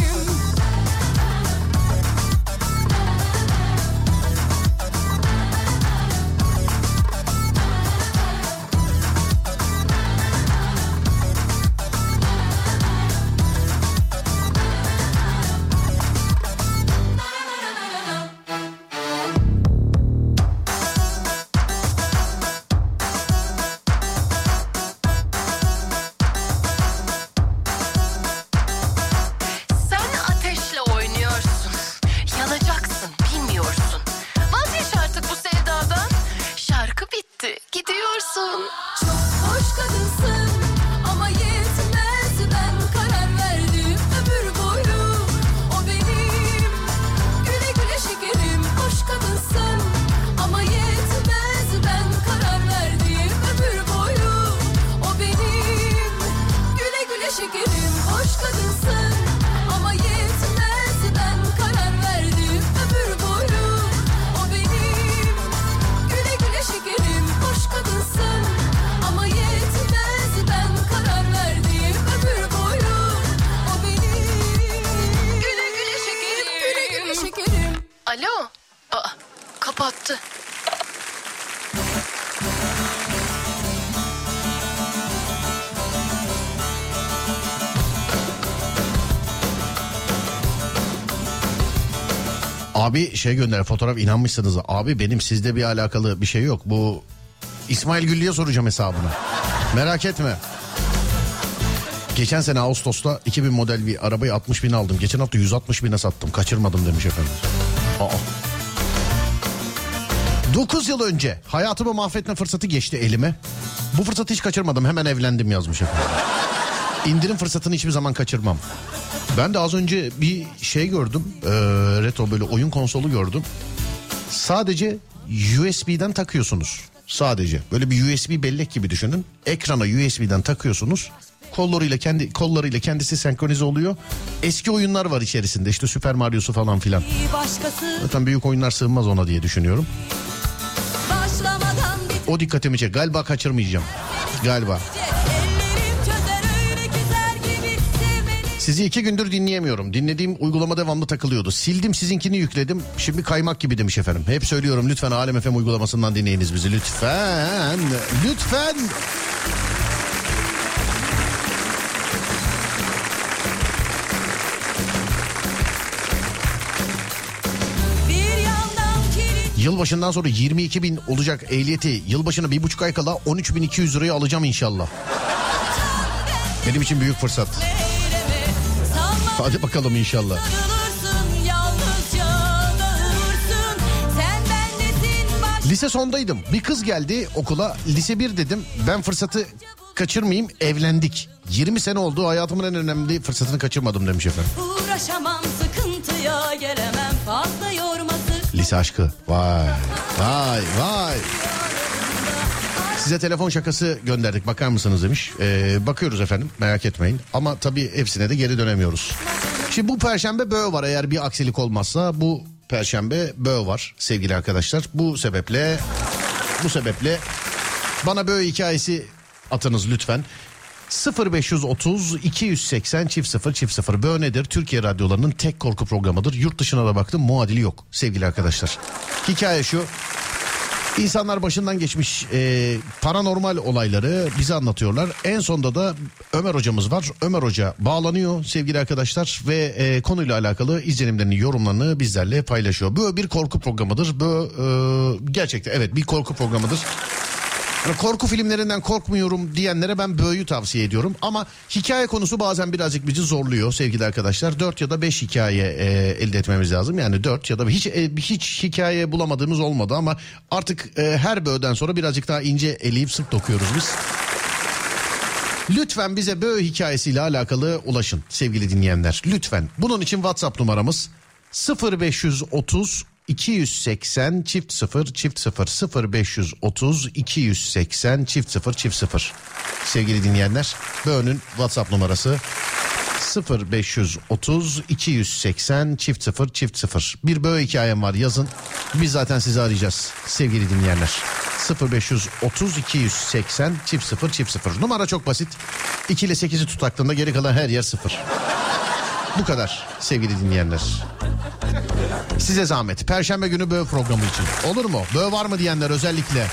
H: Sen ateşle oynuyorsun. Yanacaksın, bilmiyorsun. Vazgeç artık bu sevdadan. Şarkı bitti, gidiyorsun.
C: Çok hoş kadınsın ama yetmez, ben karar verdim ömür boyu o benim. Güle güle şekerim, hoş kadınsın ama yetmez, ben karar verdim ömür boyu o benim. Güle güle şekerim, hoş kadınsın ama yetmez, ben karar verdim ömür boyu o benim. Güle güle şekerim, hoş kadınsın ama yetmez, ben karar verdim ömür boyu o benim. Güle güle şekerim, güle güle şekerim.
H: Alo? Aa, kapattı.
B: Abi şey gönder, fotoğraf, inanmışsınız. Abi benim sizde bir alakalı bir şey yok. Bu İsmail Güllü'ye soracağım hesabını. Merak etme. Geçen sene Ağustos'ta 2000 model bir arabayı 60 bin aldım. Geçen hafta 160 bine sattım. Kaçırmadım demiş efendim. 9 yıl önce hayatımı mahvetme fırsatı geçti elime. Bu fırsatı hiç kaçırmadım. Hemen evlendim yazmış efendim. İndirim fırsatını hiçbir zaman kaçırmam. Ben de az önce bir şey gördüm. Retro böyle oyun konsolu gördüm. Sadece USB'den takıyorsunuz. Sadece böyle bir USB bellek gibi düşünün. Ekrana USB'den takıyorsunuz. Kollarıyla kendisi senkronize oluyor. Eski oyunlar var içerisinde. İşte Super Mario'su falan filan. Zaten büyük oyunlar sığmaz ona diye düşünüyorum. O dikkatimi çek. Galiba kaçırmayacağım. Galiba. Sizi 2 gündür dinleyemiyorum. Dinlediğim uygulama devamlı takılıyordu. Sildim, sizinkini yükledim. Şimdi kaymak gibi demiş efendim. Hep söylüyorum, lütfen Alem FM uygulamasından dinleyiniz bizi. Lütfen. Lütfen. Yılbaşından sonra 22 bin olacak ehliyeti. Yılbaşına 1,5 ay kala 13.200 liraya alacağım inşallah. Benim için büyük fırsat. Hadi bakalım inşallah. Lise sondaydım. Bir kız geldi okula. Lise 1 dedim. Ben fırsatı kaçırmayayım, evlendik. 20 sene oldu, hayatımın en önemli fırsatını kaçırmadım demiş efendim.
C: Uğraşamam, sıkıntıya gelemem, fazla yorması.
B: Lise aşkı. Vay. Vay vay. Size telefon şakası gönderdik, bakar mısınız demiş. Bakıyoruz efendim, merak etmeyin. Ama tabii hepsine de geri dönemiyoruz. Şimdi bu perşembe böğ var, eğer bir aksilik olmazsa bu perşembe böğ var sevgili arkadaşlar. Bu sebeple bana böğ hikayesi atınız lütfen. 0530 280 0000. Bö nedir? Türkiye radyolarının tek korku programıdır. Yurt dışına da baktım, muadili yok sevgili arkadaşlar. Hikaye şu: İnsanlar başından geçmiş paranormal olayları bize anlatıyorlar. En sonda da Ömer hocamız var. Ömer hoca bağlanıyor sevgili arkadaşlar ve konuyla alakalı izlenimlerini, yorumlarını bizlerle paylaşıyor. Bu bir korku programıdır. Bu gerçekten evet bir korku programıdır. Korku filmlerinden korkmuyorum diyenlere ben Bö'yü tavsiye ediyorum. Ama hikaye konusu bazen birazcık bizi zorluyor sevgili arkadaşlar. 4 ya da 5 hikaye elde etmemiz lazım. Yani 4 ya da hiç hikaye bulamadığımız olmadı ama artık her Bö'den sonra birazcık daha ince eleyip sık dokuyoruz biz. Lütfen bize Bö hikayesiyle alakalı ulaşın sevgili dinleyenler. Lütfen. Bunun için WhatsApp numaramız 0530 280 00 0530 280 00. Sevgili dinleyenler, Bö'nün WhatsApp numarası 0530 280 00. Bir Bö hikayem var, yazın. Biz zaten sizi arayacağız sevgili dinleyenler. 0530 280 00. Numara çok basit. 2 ile 8'i tut aklında, geri kalan her yer 0. Bu kadar sevgili dinleyenler. Size zahmet. Perşembe günü Bö programı için. Olur mu? Bö var mı diyenler özellikle.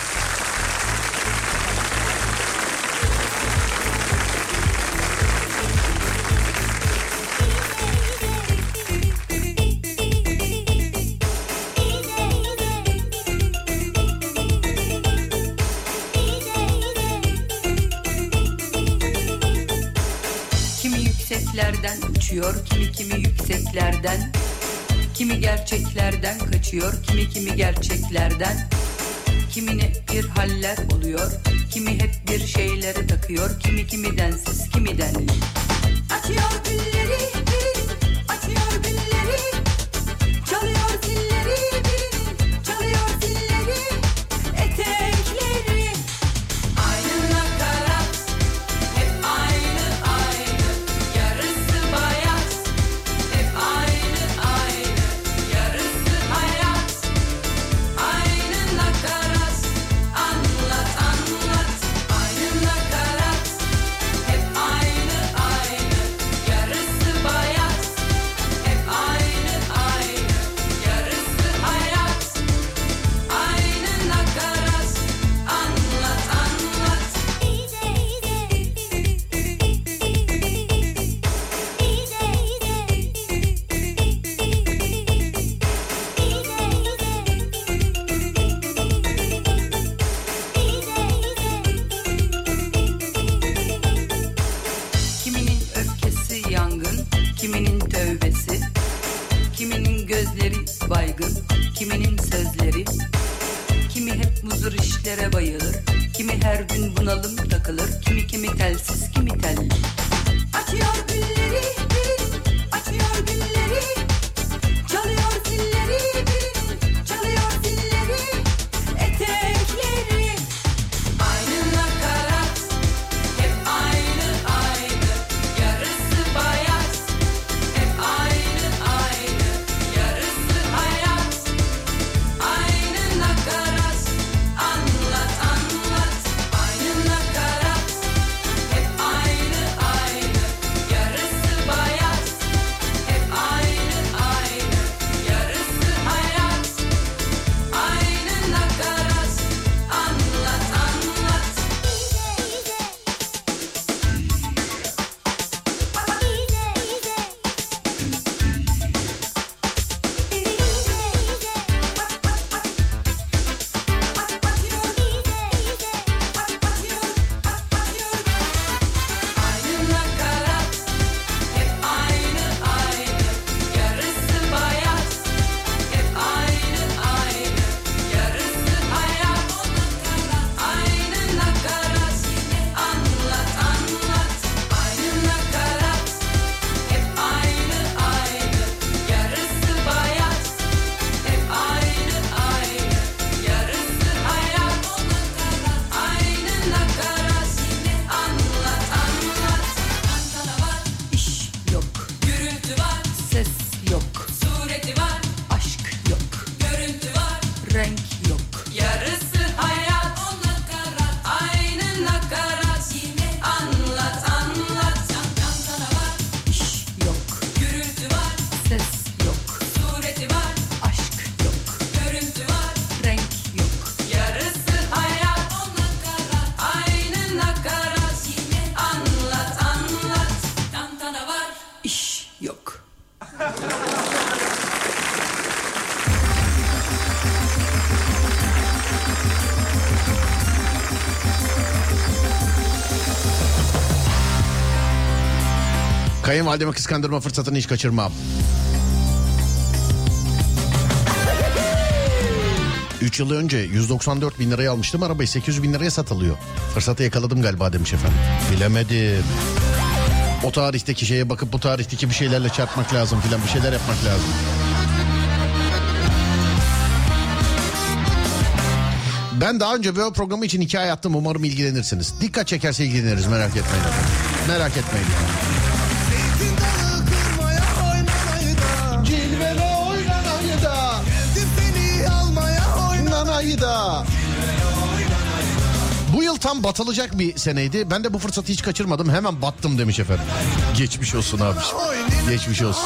I: Kimi yükseklerden uçuyor, kimi yükseklerden. Kimi gerçeklerden kaçıyor, kimi gerçeklerden. Kimine bir haller oluyor, kimi hep bir şeylere takıyor, kimi densiz, kimi denli. Açıyor gülleri, açıyor gülleri, çalıyor zilleri, çalıyor zilleri, etekleri. Aynı nakarat, hep aynı, yarısı bayat, hep aynı. Kiminin sözleri, kimi hep muzur işlere bayılır, kimi her gün bunalım takılır, kimi telsiz, kimi telli. Açıyor gülleri, açıyor gülleri, çalıyor zilleri, çalıyor zilleri, etekleri. Aynı nakarat, hep aynı, yarısı bayat, hep aynı, yarısı hayat. Aynı nakarat, anlat, aynı nakarat, hep aynı, yarısı bayat, hep aynı, yarısı hayat. Aynı nakarat, anlat. Aynı nakarat, hep aynı, yarısı bayat, hep aynı, yarısı hayat. Aynı nakarat, anlat, aynı nakarat, hep aynı, yarısı bayat, hep aynı, yarısı hayat. Aynı nakarat, anlat. İş yok, gürültü var, ses yok, sureti var, aşk yok, görüntü var, renk yok. Yarısı hayat, aynı nakarat, anlat.
B: Kayınvalidemi kıskandırma fırsatını hiç kaçırmam. 3 yıl önce 194 bin liraya almıştım arabayı, 800 bin liraya satılıyor. Fırsatı yakaladım galiba demiş efendim. Bilemedim. O tarihteki şeye bakıp bu tarihteki bir şeylerle çarpmak lazım filan, bir şeyler yapmak lazım. Ben daha önce böyle programı için hikaye attım, umarım ilgilenirsiniz. Dikkat çekerse ilgileniriz, merak etmeyin. Merak etmeyin. Cilvele oynanayı da, geldim seni almaya oynanayı da. Bu yıl tam batılacak bir seneydi. Ben de bu fırsatı hiç kaçırmadım. Hemen battım demiş efendim. Geçmiş olsun abi. Geçmiş olsun.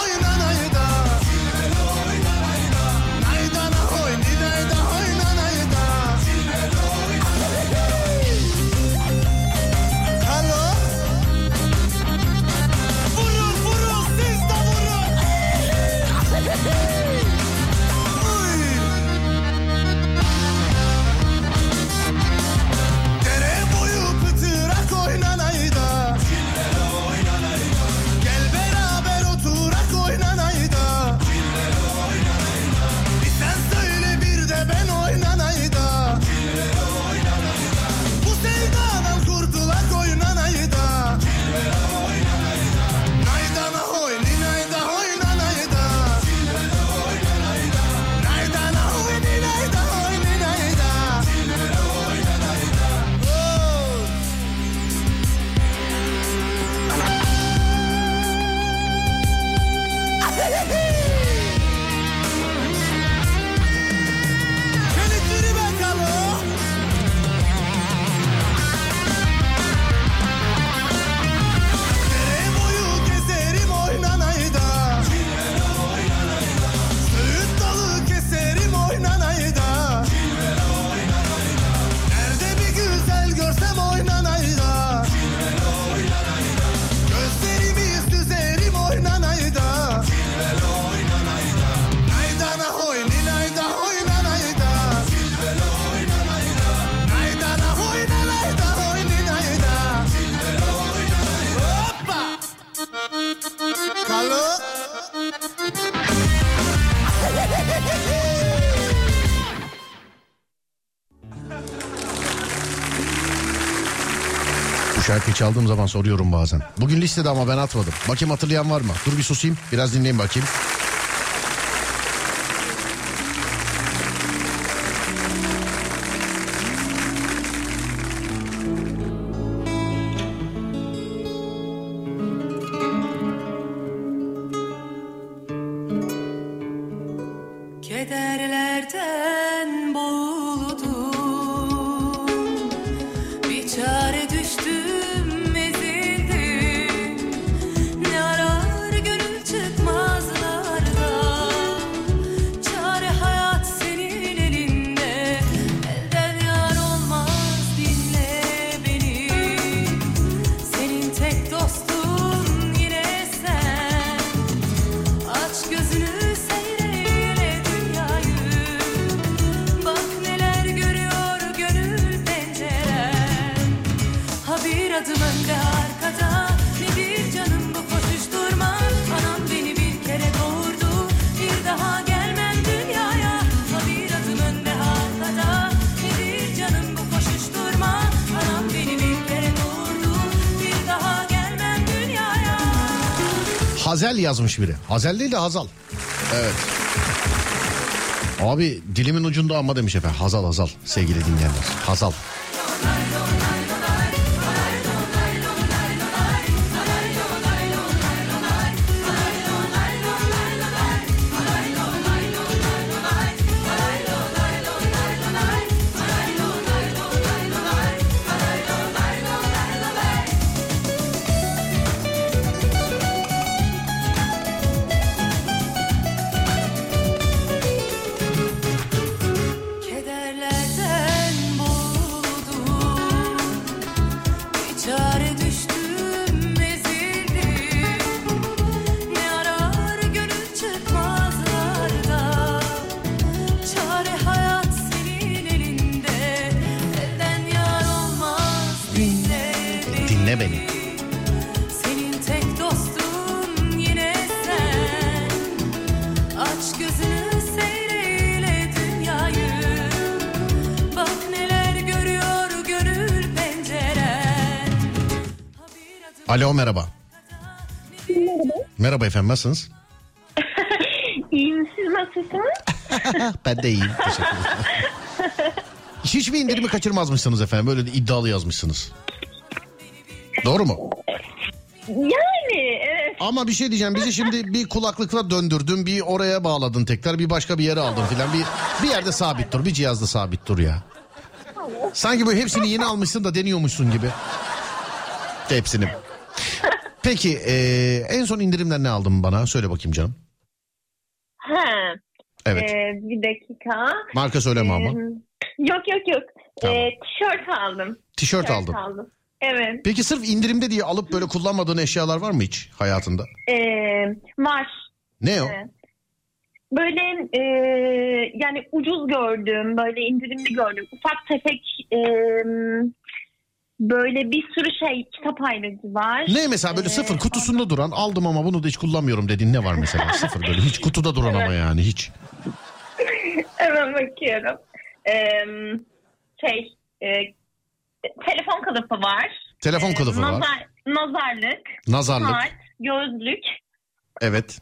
B: Şarkıyı çaldığım zaman soruyorum bazen. Bugün listede ama ben atmadım. Bakayım hatırlayan var mı? Dur bir susayım. Biraz dinleyin bakayım.
C: Kederlerden boğuldum, bir çare düştüm, ezildim. Ne arar gönül çıkmazlarda, çare hayat senin elinde. Elden yar olmaz, dinle beni. Senin tek dostun yine sen. Aç gözünü, adım önde arkada, nedir canım bu koşuşturma? Anam beni bir kere doğurdu, bir daha gelmem dünyaya. Bir adım önde arkada, nedir canım bu koşuşturma? Anam beni bir kere doğurdu, bir daha gelmem dünyaya.
B: Hazel yazmış biri. Hazel değil de Hazal. Evet. Abi dilimin ucunda ama demiş efendim. Hazal sevgili dinleyenler. Hazal.
C: Kederlerden boğuldum,
B: Alo, merhaba.
J: Merhaba.
B: Merhaba efendim, nasılsınız?
J: İyiyim, siz nasılsınız?
B: Ben de iyiyim, teşekkür ederim. Hiçbir indirimi kaçırmazmışsınız efendim, böyle de iddialı yazmışsınız. Doğru mu?
J: Yani evet.
B: Ama bir şey diyeceğim, bizi şimdi bir kulaklıkla döndürdün, bir oraya bağladın tekrar, bir başka bir yere aldın filan, bir yerde sabit dur, bir cihazda sabit dur ya. Sanki böyle hepsini yeni almışsın da deniyormuşsun gibi. Hepsini. Peki en son indirimden ne aldın bana? Söyle bakayım canım.
J: Ha.
B: Evet.
J: Bir dakika.
B: Marka söyleme ama.
J: Yok.
B: Tamam.
J: Tişört aldım.
B: Tişört aldın.
J: Evet.
B: Peki sırf indirimde diye alıp böyle kullanmadığın eşyalar var mı hiç hayatında?
J: Var.
B: Ne o?
J: Böyle yani ucuz gördüm, böyle indirimli gördüm. Ufak tefek böyle bir sürü şey, kitap ayrıcı var.
B: Ne mesela böyle sıfır kutusunda duran, aldım ama bunu da hiç kullanmıyorum dediğin ne var mesela? Sıfır böyle hiç kutuda duran ama yani hiç.
J: Hemen bakıyorum. Telefon kılıfı var.
B: Telefon kılıfı var.
J: Nazarlık. Saat, gözlük.
B: Evet.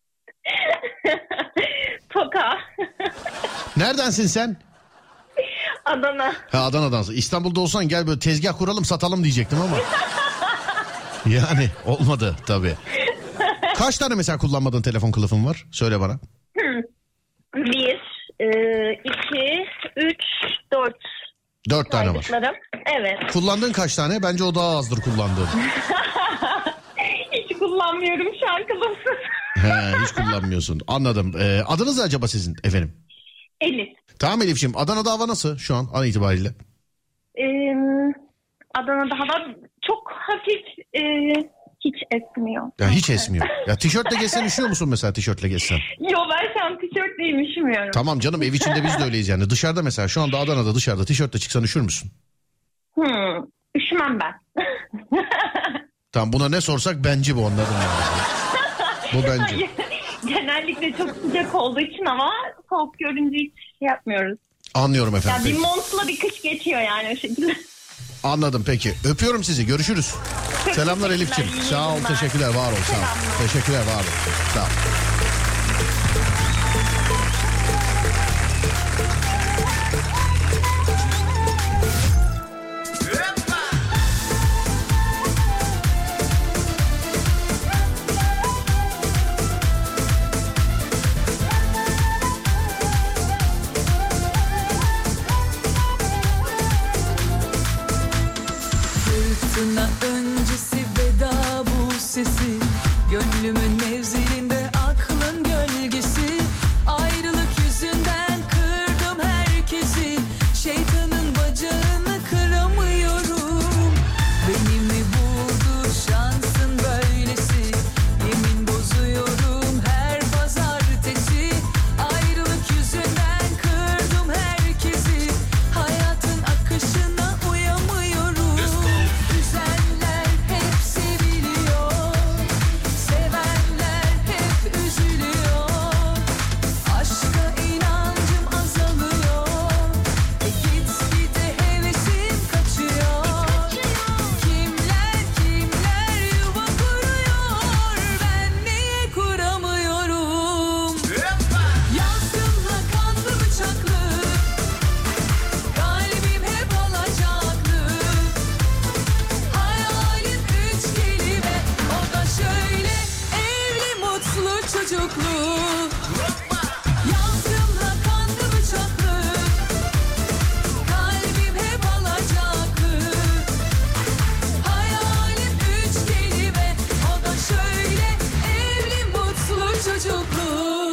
J: Toka.
B: Neredensin sen?
J: Adana.
B: Ha, Adana'dansın. İstanbul'da olsan gel böyle tezgah kuralım satalım diyecektim ama. Yani olmadı tabii. Kaç tane mesela kullanmadığın telefon kılıfın var? Söyle bana.
J: 1, 2, 3, 4.
B: 4 tane var.
J: Evet.
B: Kullandığın kaç tane? Bence o daha azdır kullandığın.
J: Hiç kullanmıyorum şu an kılıfsız.
B: He, hiç kullanmıyorsun. Anladım. Adınız ne acaba sizin efendim?
J: Elif.
B: Tamam Elif'ciğim. Adana'da hava nasıl şu an itibariyle?
J: Adana'da hava çok hafif, hiç esmiyor.
B: Ya hiç esmiyor. Ya tişörtle gezsen üşüyor musun mesela tişörtle gezsen?
J: Yo, ben şu an tişörtleyim, üşümüyorum.
B: Tamam canım, ev içinde biz de öyleyiz yani. Dışarıda mesela şu anda Adana'da dışarıda tişörtle çıksan üşür müsün?
J: Üşümem ben.
B: Tamam, buna ne sorsak bence bu, onların yani. Bu bence.
J: Genellikle çok sıcak olduğu için ama soğuk görünce hiç şey yapmıyoruz.
B: Anlıyorum efendim.
J: Ya bir montla bir kış geçiyor yani o şekilde.
B: Anladım peki. Öpüyorum sizi. Görüşürüz. Selamlar Elif'ciğim. Sağ ol. Teşekkürler. Var ol. Sağ ol. Teşekkürler. Var ol. Sağ ol.
C: Fırtına öncesi veda bu sesi, gönlümün mevzilinde aklın gölgesi. Ayrılık yüzünden kırdım herkesi, şeytanın bacağını kıramıyorum. Beni mi buldu şansın böylesi, yemin bozuyorum her pazartesi. Ayrılık yüzünden kırdım herkesi, hayatın akışına uyamıyorum. Üzenler hep seviliyor, sevenler hep üzülüyor. Aşka inancım azalıyor, gitgide hevesim kaçıyor. Kimler yuva kuruyor, ben niye kuramıyorum? Yazgımla kanlı bıçaklı, kalbim hep alacaklı. Hayalim 3 kelime, o da şöyle: evli mutlu çocuklu. Yazgımla kanlı bıçaklı, kalbim hep alacaklı. Hayalim 3 kelime, o da şöyle: evli mutlu çocuklu.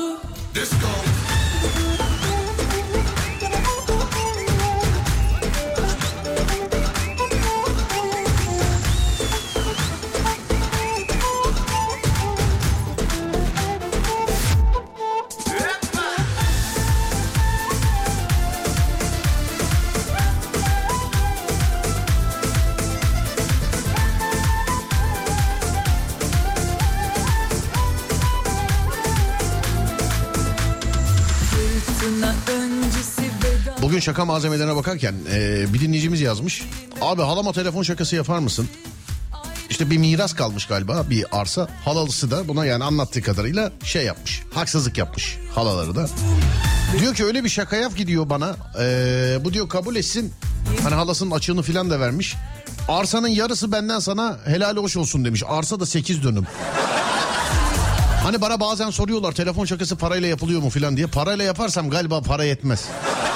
C: Fırtına öncesi veda.
B: Bugün şaka malzemelerine bakarken bir dinleyicimiz yazmış. Abi halama telefon şakası yapar mısın? İşte bir miras kalmış galiba, bir arsa. Halalısı da buna yani anlattığı kadarıyla şey yapmış. Haksızlık yapmış halaları da. Diyor ki öyle bir şaka yap ki diyor bana. Bu diyor kabul etsin. Hani halasının açığını filan da vermiş. Arsanın yarısı benden sana helal hoş olsun demiş. Arsa da 8 dönüm. Hani bana bazen soruyorlar telefon şakası parayla yapılıyor mu filan diye. Parayla yaparsam galiba para yetmez.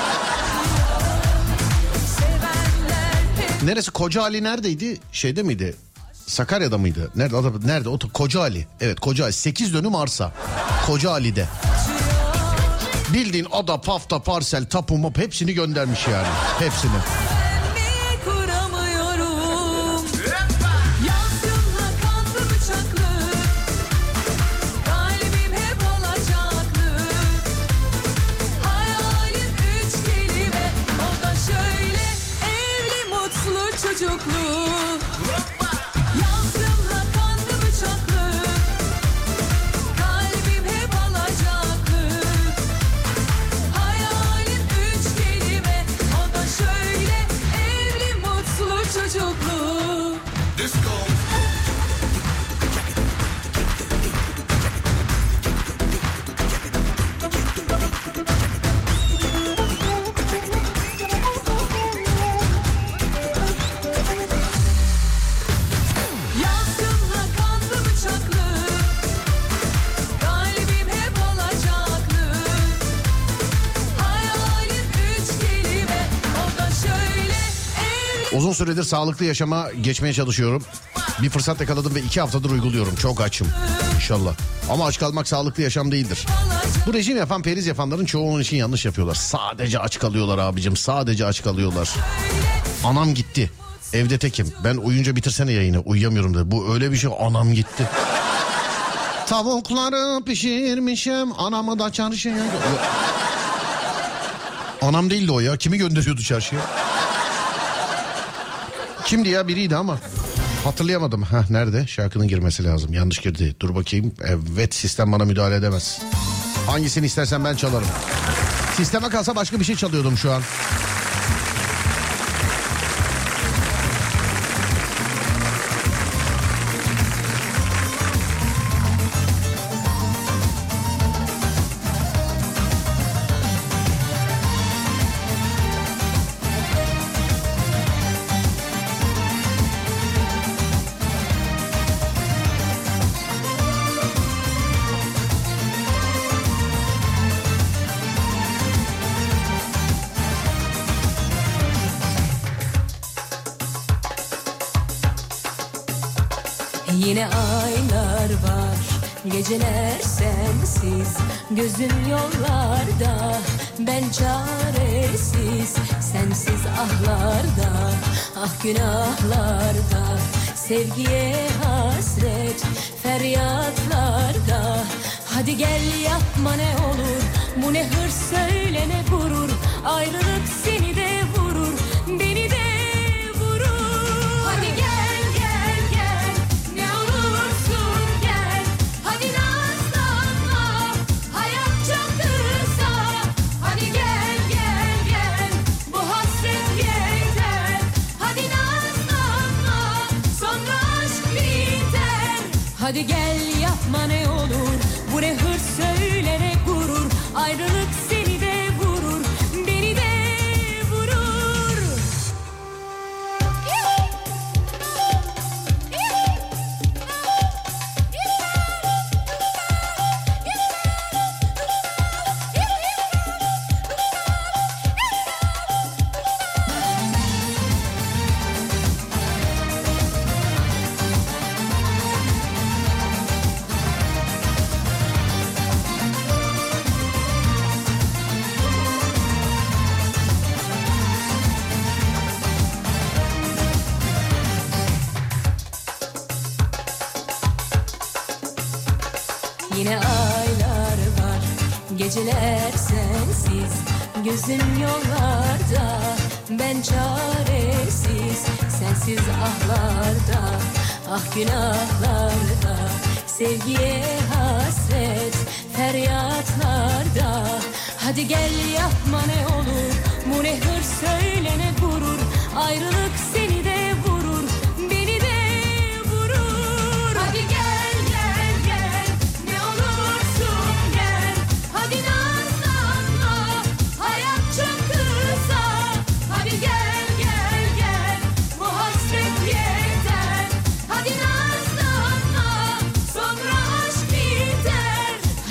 B: Neresi? Koca Ali neredeydi? Şeyde miydi? Sakarya'da mıydı? Nerede? O Koca Ali. Evet, Koca Ali. 8 dönüm arsa. Koca Ali'de. Bildiğin ada, pafta, parsel, tapu, mop hepsini göndermiş yani. Hepsini. Uzun süredir sağlıklı yaşama geçmeye çalışıyorum. Bir fırsat yakaladım ve 2 haftadır uyguluyorum. Çok açım inşallah. Ama aç kalmak sağlıklı yaşam değildir. Bu rejim yapan, periz yapanların çoğu onun için yanlış yapıyorlar. Sadece aç kalıyorlar abicim, sadece aç kalıyorlar. Anam gitti. Evde tekim. Ben uyuyunca bitirsene yayını. Uyuyamıyorum dedi. Bu öyle bir şey, anam gitti. Tavukları pişirmişim, anamı da çarşıya... Anam değildi o ya. Kimi gönderiyordu çarşıya? Kimdi ya, biriydi ama hatırlayamadım. Nerede? Şarkının girmesi lazım. Yanlış girdi. Dur bakayım. Evet, sistem bana müdahale edemez. Hangisini istersen ben çalarım. Sisteme kalsa başka bir şey çalıyordum şu an.
I: Yine aylar var, geceler sensiz, gözüm yollarda, ben çaresiz, sensiz ahlarda, ah günahlarda, sevgiye hasret, feryatlarda. Hadi gel yapma ne olur, bu ne hırs söyle ne gurur, ayrılık seni de vurur, beni de vurur. Hadi gel. Hadi gel yapma ne olur, bu ne hırs söyle ne gurur, ayrılık seni de vurur, beni de vurur. Yine aylar var, geceler sensiz, gözüm yollarda, ben çaresiz, sensiz ahlarda, ah günahlarda, sevgiye hasret, feryatlarda. Hadi gel yapma ne olur, bu ne hırs söyle ne gurur, ayrılık seni de vurur, beni de vurur.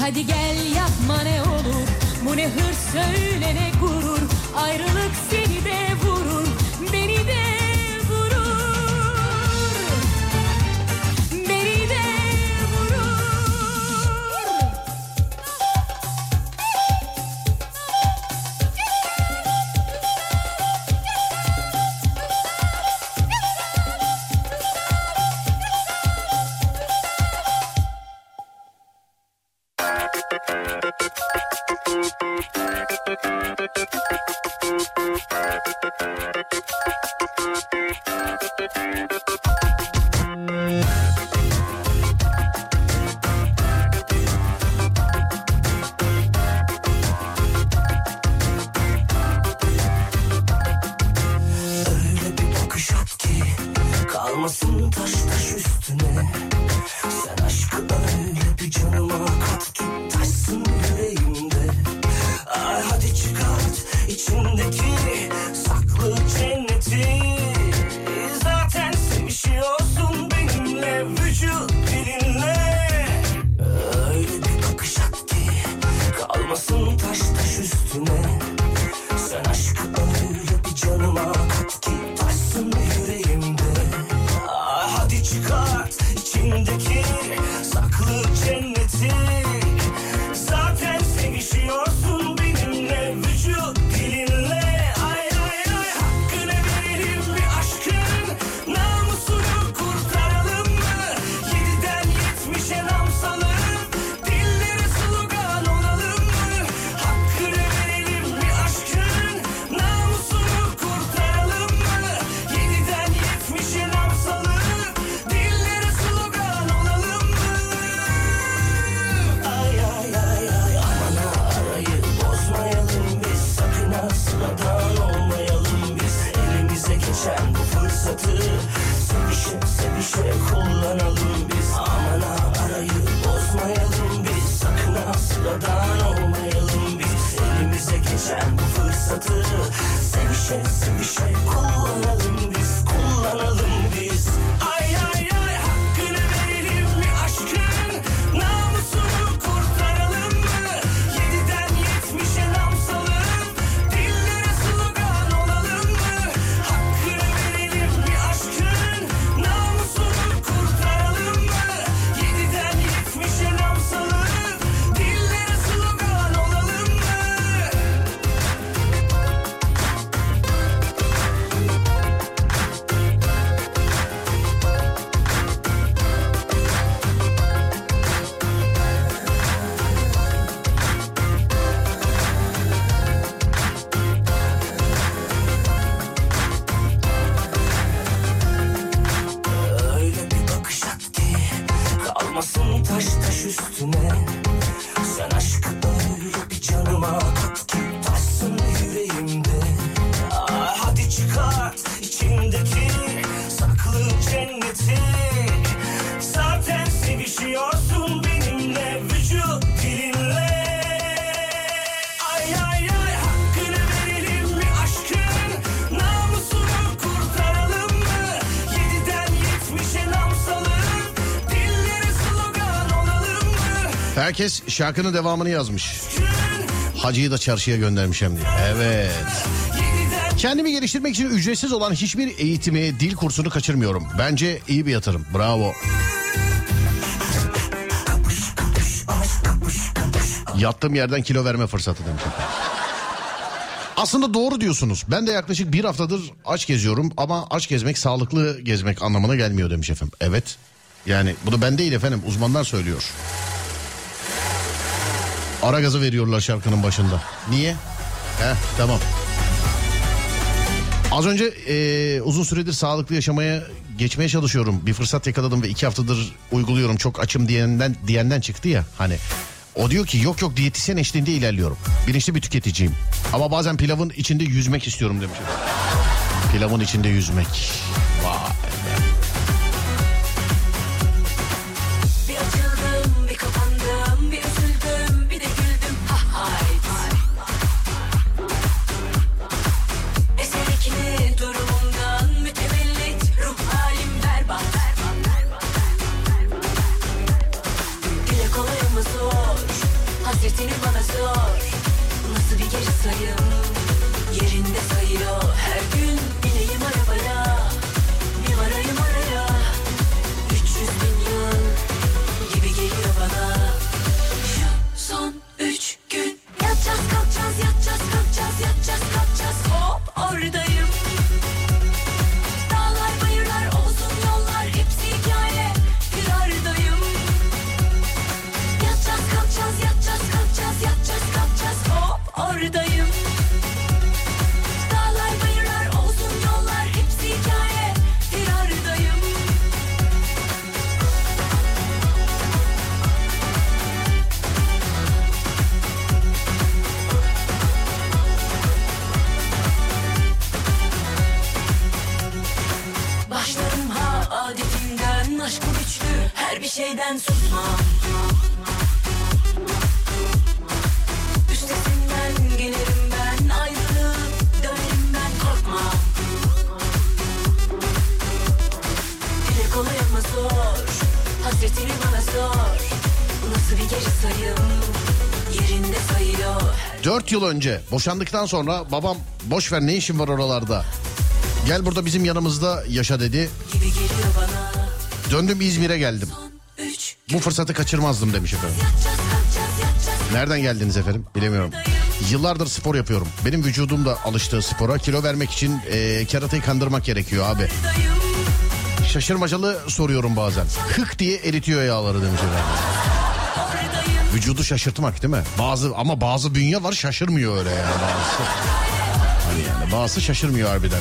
I: Hadi gel yapma ne olur. Bu ne hırs söyle ne gurur. Ayrılık seni de vurur, beni de vurur. Beni de vurur.
E: Öyle bir bakış at ki kalmasın taş taş üstüne. Sen aşkı öyle bir canıma kat ki taşsın yüreğimde. Ay hadi çıkart içindeki saklı cenneti. Zaten sevişiyorsun benimle vücut dilinle. Öyle bir bakış at ki kalmasın taş taş üstüne. Sen aşkı öyle bir canıma kat ki taşsın yüreğimde. Ah, hadi çıkart içindeki saklı cenneti. Zaten sevişiyorsun benimle vücut dilinle. Ay ay ay hakkını verelim bir aşkın. Namusunu kurtaralım mı? 7'den 70'e nam salıp dillere slogan olalım mı? Hakkını verelim bir aşkın. Namusunu kurtaralım mı? 7'den 70'e nam salıp dillere slogan olalım mı? Ay ay ay ay aman ha arayı bozmayalım biz. Sakın ha sıradan olmayalım biz. Elimize geçen bu fırsatı sevişe sevişe kullanalım biz. Aman ha arayı bozmayalım biz. Sakın ha sıradan olmayalım biz. Elimize geçen bu fırsatı sevişe sevişe kullanalım biz. Kullanalım biz. Ay ay ay hakkını verelim bir aşkın. Namusunu kurtaralım mı? 7'den 70'e nam salıp dillere slogan olalım mı? Hakkını verelim bir aşkın. Namusunu kurtaralım mı? 7'den 70'e nam salıp dillere slogan olalım mı? Öyle bir bakış at ki kalmasın taş taş üstüne. Sen aşkı öyle bir canıma kat ki taşsın yüreğimde. Ah, hadi çıkart içindeki saklı cenneti. Zaten sevişiyorsun benimle vücut dilinle. Ay ay ay hakkını verelim bir aşkın. Namusunu kurtaralım mı? 7'den 70'e nam salıp dillere slogan olalım mı?
B: Herkes şarkının devamını yazmış. Hacı'yı da çarşıya göndermiş hem de. Evet. Kendimi geliştirmek için ücretsiz olan hiçbir eğitimi, dil kursunu kaçırmıyorum. Bence iyi bir yatırım. Bravo. Yattığım yerden kilo verme fırsatı demiş. Aslında doğru diyorsunuz. Ben de yaklaşık bir haftadır aç geziyorum ama aç gezmek sağlıklı gezmek anlamına gelmiyor demiş efendim. Evet. Yani bunu ben değil efendim, uzmanlar söylüyor. Ara gazı veriyorlar şarkının başında. Niye? Tamam. Az önce uzun süredir sağlıklı yaşamaya geçmeye çalışıyorum. Bir fırsat yakaladım ve 2 haftadır uyguluyorum. Çok açım diyenden çıktı ya hani. O diyor ki yok diyetisyen eşliğinde ilerliyorum. Bilinçli bir tüketiciyim. Ama bazen pilavın içinde yüzmek istiyorum demiş. Pilavın içinde yüzmek. Vay.
I: Bir açıldım, bir kapandım, bir üzüldüm, bir de güldüm. Ha hayt. Eserikli durumumdan mütevellit, ruh halim berbat. Dile kolay ama zor, Hasretini bana sor. Nasıl bir geri sayım, yerinde sayıyor. Her gün bineyim arabaya, bir varayım araya. 300 bin yıl gibi geliyor bana. Şu son 3 gün yatacağız kalkacağız, yatacağız kalkacağız, yatacağız kalkacağız. Hop oradayım. Dağlar bayırlar olsun yollar hepsi hikaye, bir aradayım. Yatacağız kalkacağız, yatacağız kalkacağız, yatacağız kalkacağız. Hop oradayım. Dağlar bayırlar olsun yollar hepsi hikaye, bir aradayım. Başlarım ha adetimden, aşkım güçlü, her bir şeyden susmam. Üstesinden gelirim ben, ayrılıp dönerim ben, korkmam. Dile kolay ama zor, hasretini bana sor. Nasıl bir geri sayım, yerinde sayıyor.
B: 4 yıl önce boşandıktan sonra babam boş ver ne işin var oralarda, gel burada bizim yanımızda yaşa dedi.
I: Gibi geliyor bana.
B: Döndüm İzmir'e geldim. Bu fırsatı kaçırmazdım demiş efendim. Nereden geldiniz efendim bilemiyorum. Yıllardır spor yapıyorum. Benim vücudum da alıştığı spora. Kilo vermek için keratayı kandırmak gerekiyor abi. Şaşırmacalı soruyorum bazen. Hık diye eritiyor yağları demiş efendim. Vücudu şaşırtmak değil mi? Bazı bünye var şaşırmıyor öyle yani bazısı. Hani yani bazısı şaşırmıyor harbiden.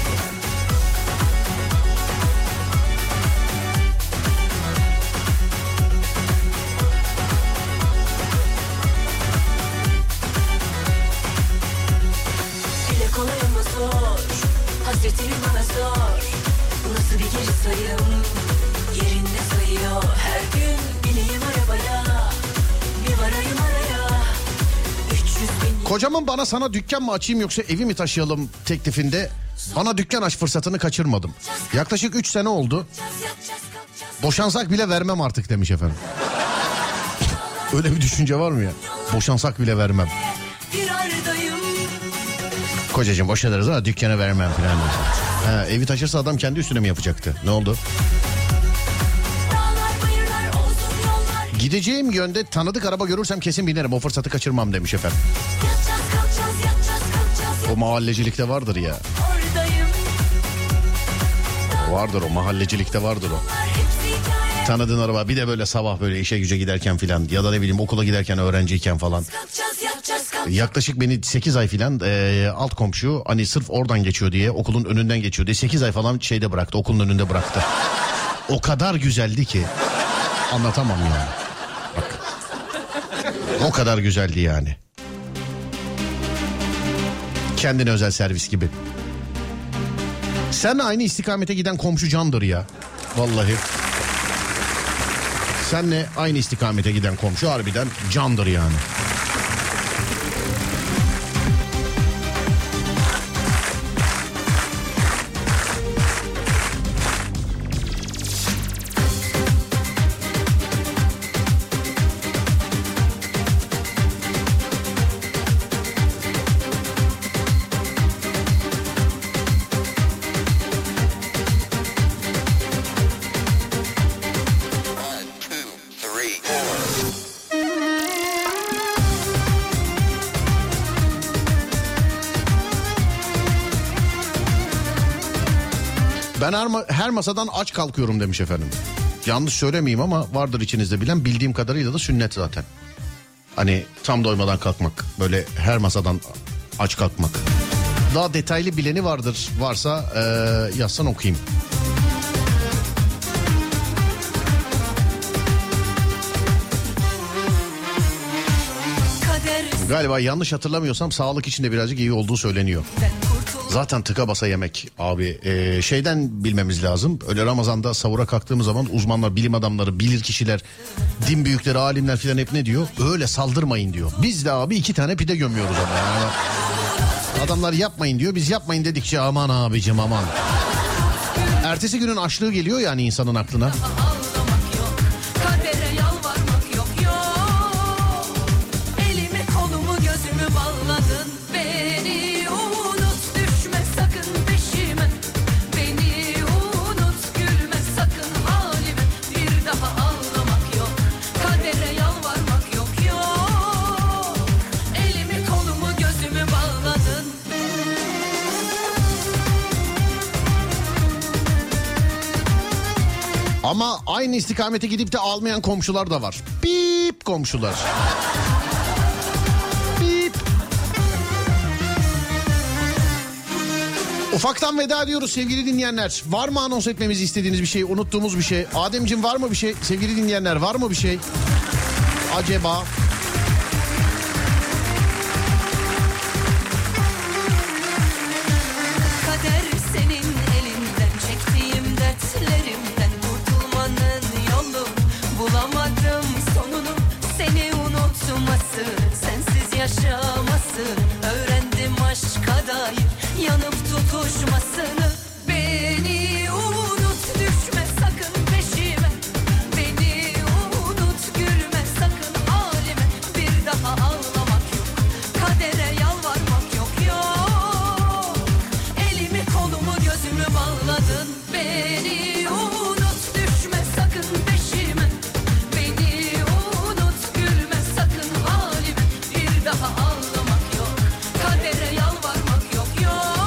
I: Dile kolay ama zor, hasretini bana sor. Nasıl bir geri sayım, yerinde sayıyor. Her gün bineyim arabaya, bir varayım araya. 300 bin.
B: Kocamın bana sana dükkan mı açayım yoksa evi mi taşıyalım teklifinde bana dükkan aç fırsatını kaçırmadım. Yaklaşık 3 sene oldu. Boşansak bile vermem artık demiş efendim. Öyle bir düşünce var mı ya? Boşansak bile vermem.
I: Bir aradayım.
B: Kocacığım boşanırız ama dükkana vermem falan. Ha, evi taşırsa adam kendi üstüne mi yapacaktı? Ne oldu? Gideceğim yönde tanıdık araba görürsem kesin binerim. O fırsatı kaçırmam demiş efendim. O mahallecilikte vardır ya. Vardır o mahallecilikte vardır o. Tanıdığın araba bir de böyle sabah böyle işe güce giderken filan ya da ne bileyim okula giderken öğrenciyken falan. Yaklaşık beni 8 ay filan alt komşu hani sırf oradan geçiyor diye okulun önünden geçiyor diye 8 ay falan şeyde bıraktı, okulun önünde bıraktı. O kadar güzeldi ki anlatamam yani. Bak. O kadar güzeldi yani. Kendine özel servis gibi. Seninle aynı istikamete giden komşu candır ya. Vallahi. Seninle aynı istikamete giden komşu harbiden candır yani. Ben her masadan aç kalkıyorum demiş efendim. Yanlış söylemeyeyim ama vardır içinizde bilen, bildiğim kadarıyla da sünnet zaten. Hani tam doymadan kalkmak, böyle her masadan aç kalkmak. Daha detaylı bileni varsa yazsan okuyayım. Galiba yanlış hatırlamıyorsam sağlık için de birazcık iyi olduğu söyleniyor. Zaten tıka basa yemek abi. Şeyden bilmemiz lazım. Öyle Ramazan'da sahura kalktığımız zaman uzmanlar, bilim adamları, bilir kişiler, din büyükleri, alimler filan hep ne diyor? Öyle saldırmayın diyor. Biz de abi 2 tane pide gömüyoruz ama. Yani adamlar yapmayın diyor. Biz yapmayın dedikçe aman abicim aman. Ertesi günün açlığı geliyor yani insanın aklına. Ama aynı istikamete gidip de almayan komşular da var. Bip komşular. Bip. Ufaktan veda ediyoruz sevgili dinleyenler. Var mı anons etmemizi istediğiniz bir şey, unuttuğumuz bir şey? Ademciğim var mı bir şey? Sevgili dinleyenler var mı bir şey? Acaba?
I: Kader senin elinden, çektiğim dertlerimden kurtulmanın yolu bulamadım sonunu. Seni unutması, sensiz yaşaması, öğrendim aşka dair yanıp tutuşmasını. Beni unut, düşme sakın peşime. Beni unut, gülme sakın halime. Bir daha ağlamak yok, kadere yalvarmak yok, yok. Elimi kolumu gözümü bağladın. Beni unut, düşme sakın peşime. Beni unut, gülme sakın halime. Bir daha ağlamak yok, kadere yalvarmak yok, yok.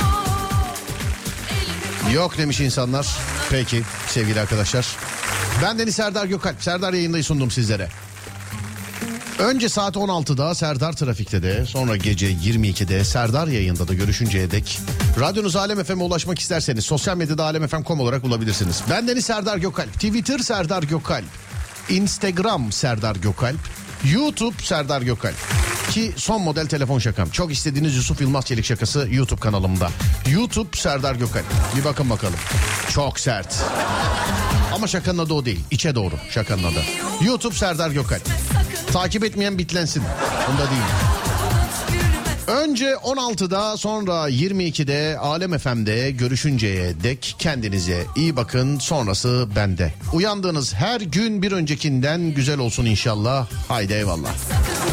B: Yok demiş insanlar. Peki sevgili arkadaşlar. Ben Deniz Serdar Gökalp. Serdar yayındayı sundum sizlere. Önce saat 16'da Serdar Trafik'te de, sonra gece 22'de Serdar yayında da görüşünceye dek radyonuz Alem FM'e ulaşmak isterseniz sosyal medyada alemfm.com olarak bulabilirsiniz. Ben Deniz Serdar Gökalp. Twitter Serdar Gökalp. Instagram Serdar Gökalp. YouTube Serdar Gökalp. Ki son model telefon şakam. Çok istediğiniz Yusuf Yılmaz Çelik şakası YouTube kanalımda. YouTube Serdar Gökalp. Bir bakın bakalım. Çok sert. Ama şakanın adı o değil. İçe doğru şakanın adı. YouTube Serdar Gökalp. Takip etmeyen bitlensin. Bunda değil. Önce 16'da, sonra 22'de Alem FM'de görüşünceye dek kendinize iyi bakın. Sonrası bende. Uyandığınız her gün bir öncekinden güzel olsun inşallah. Haydi eyvallah.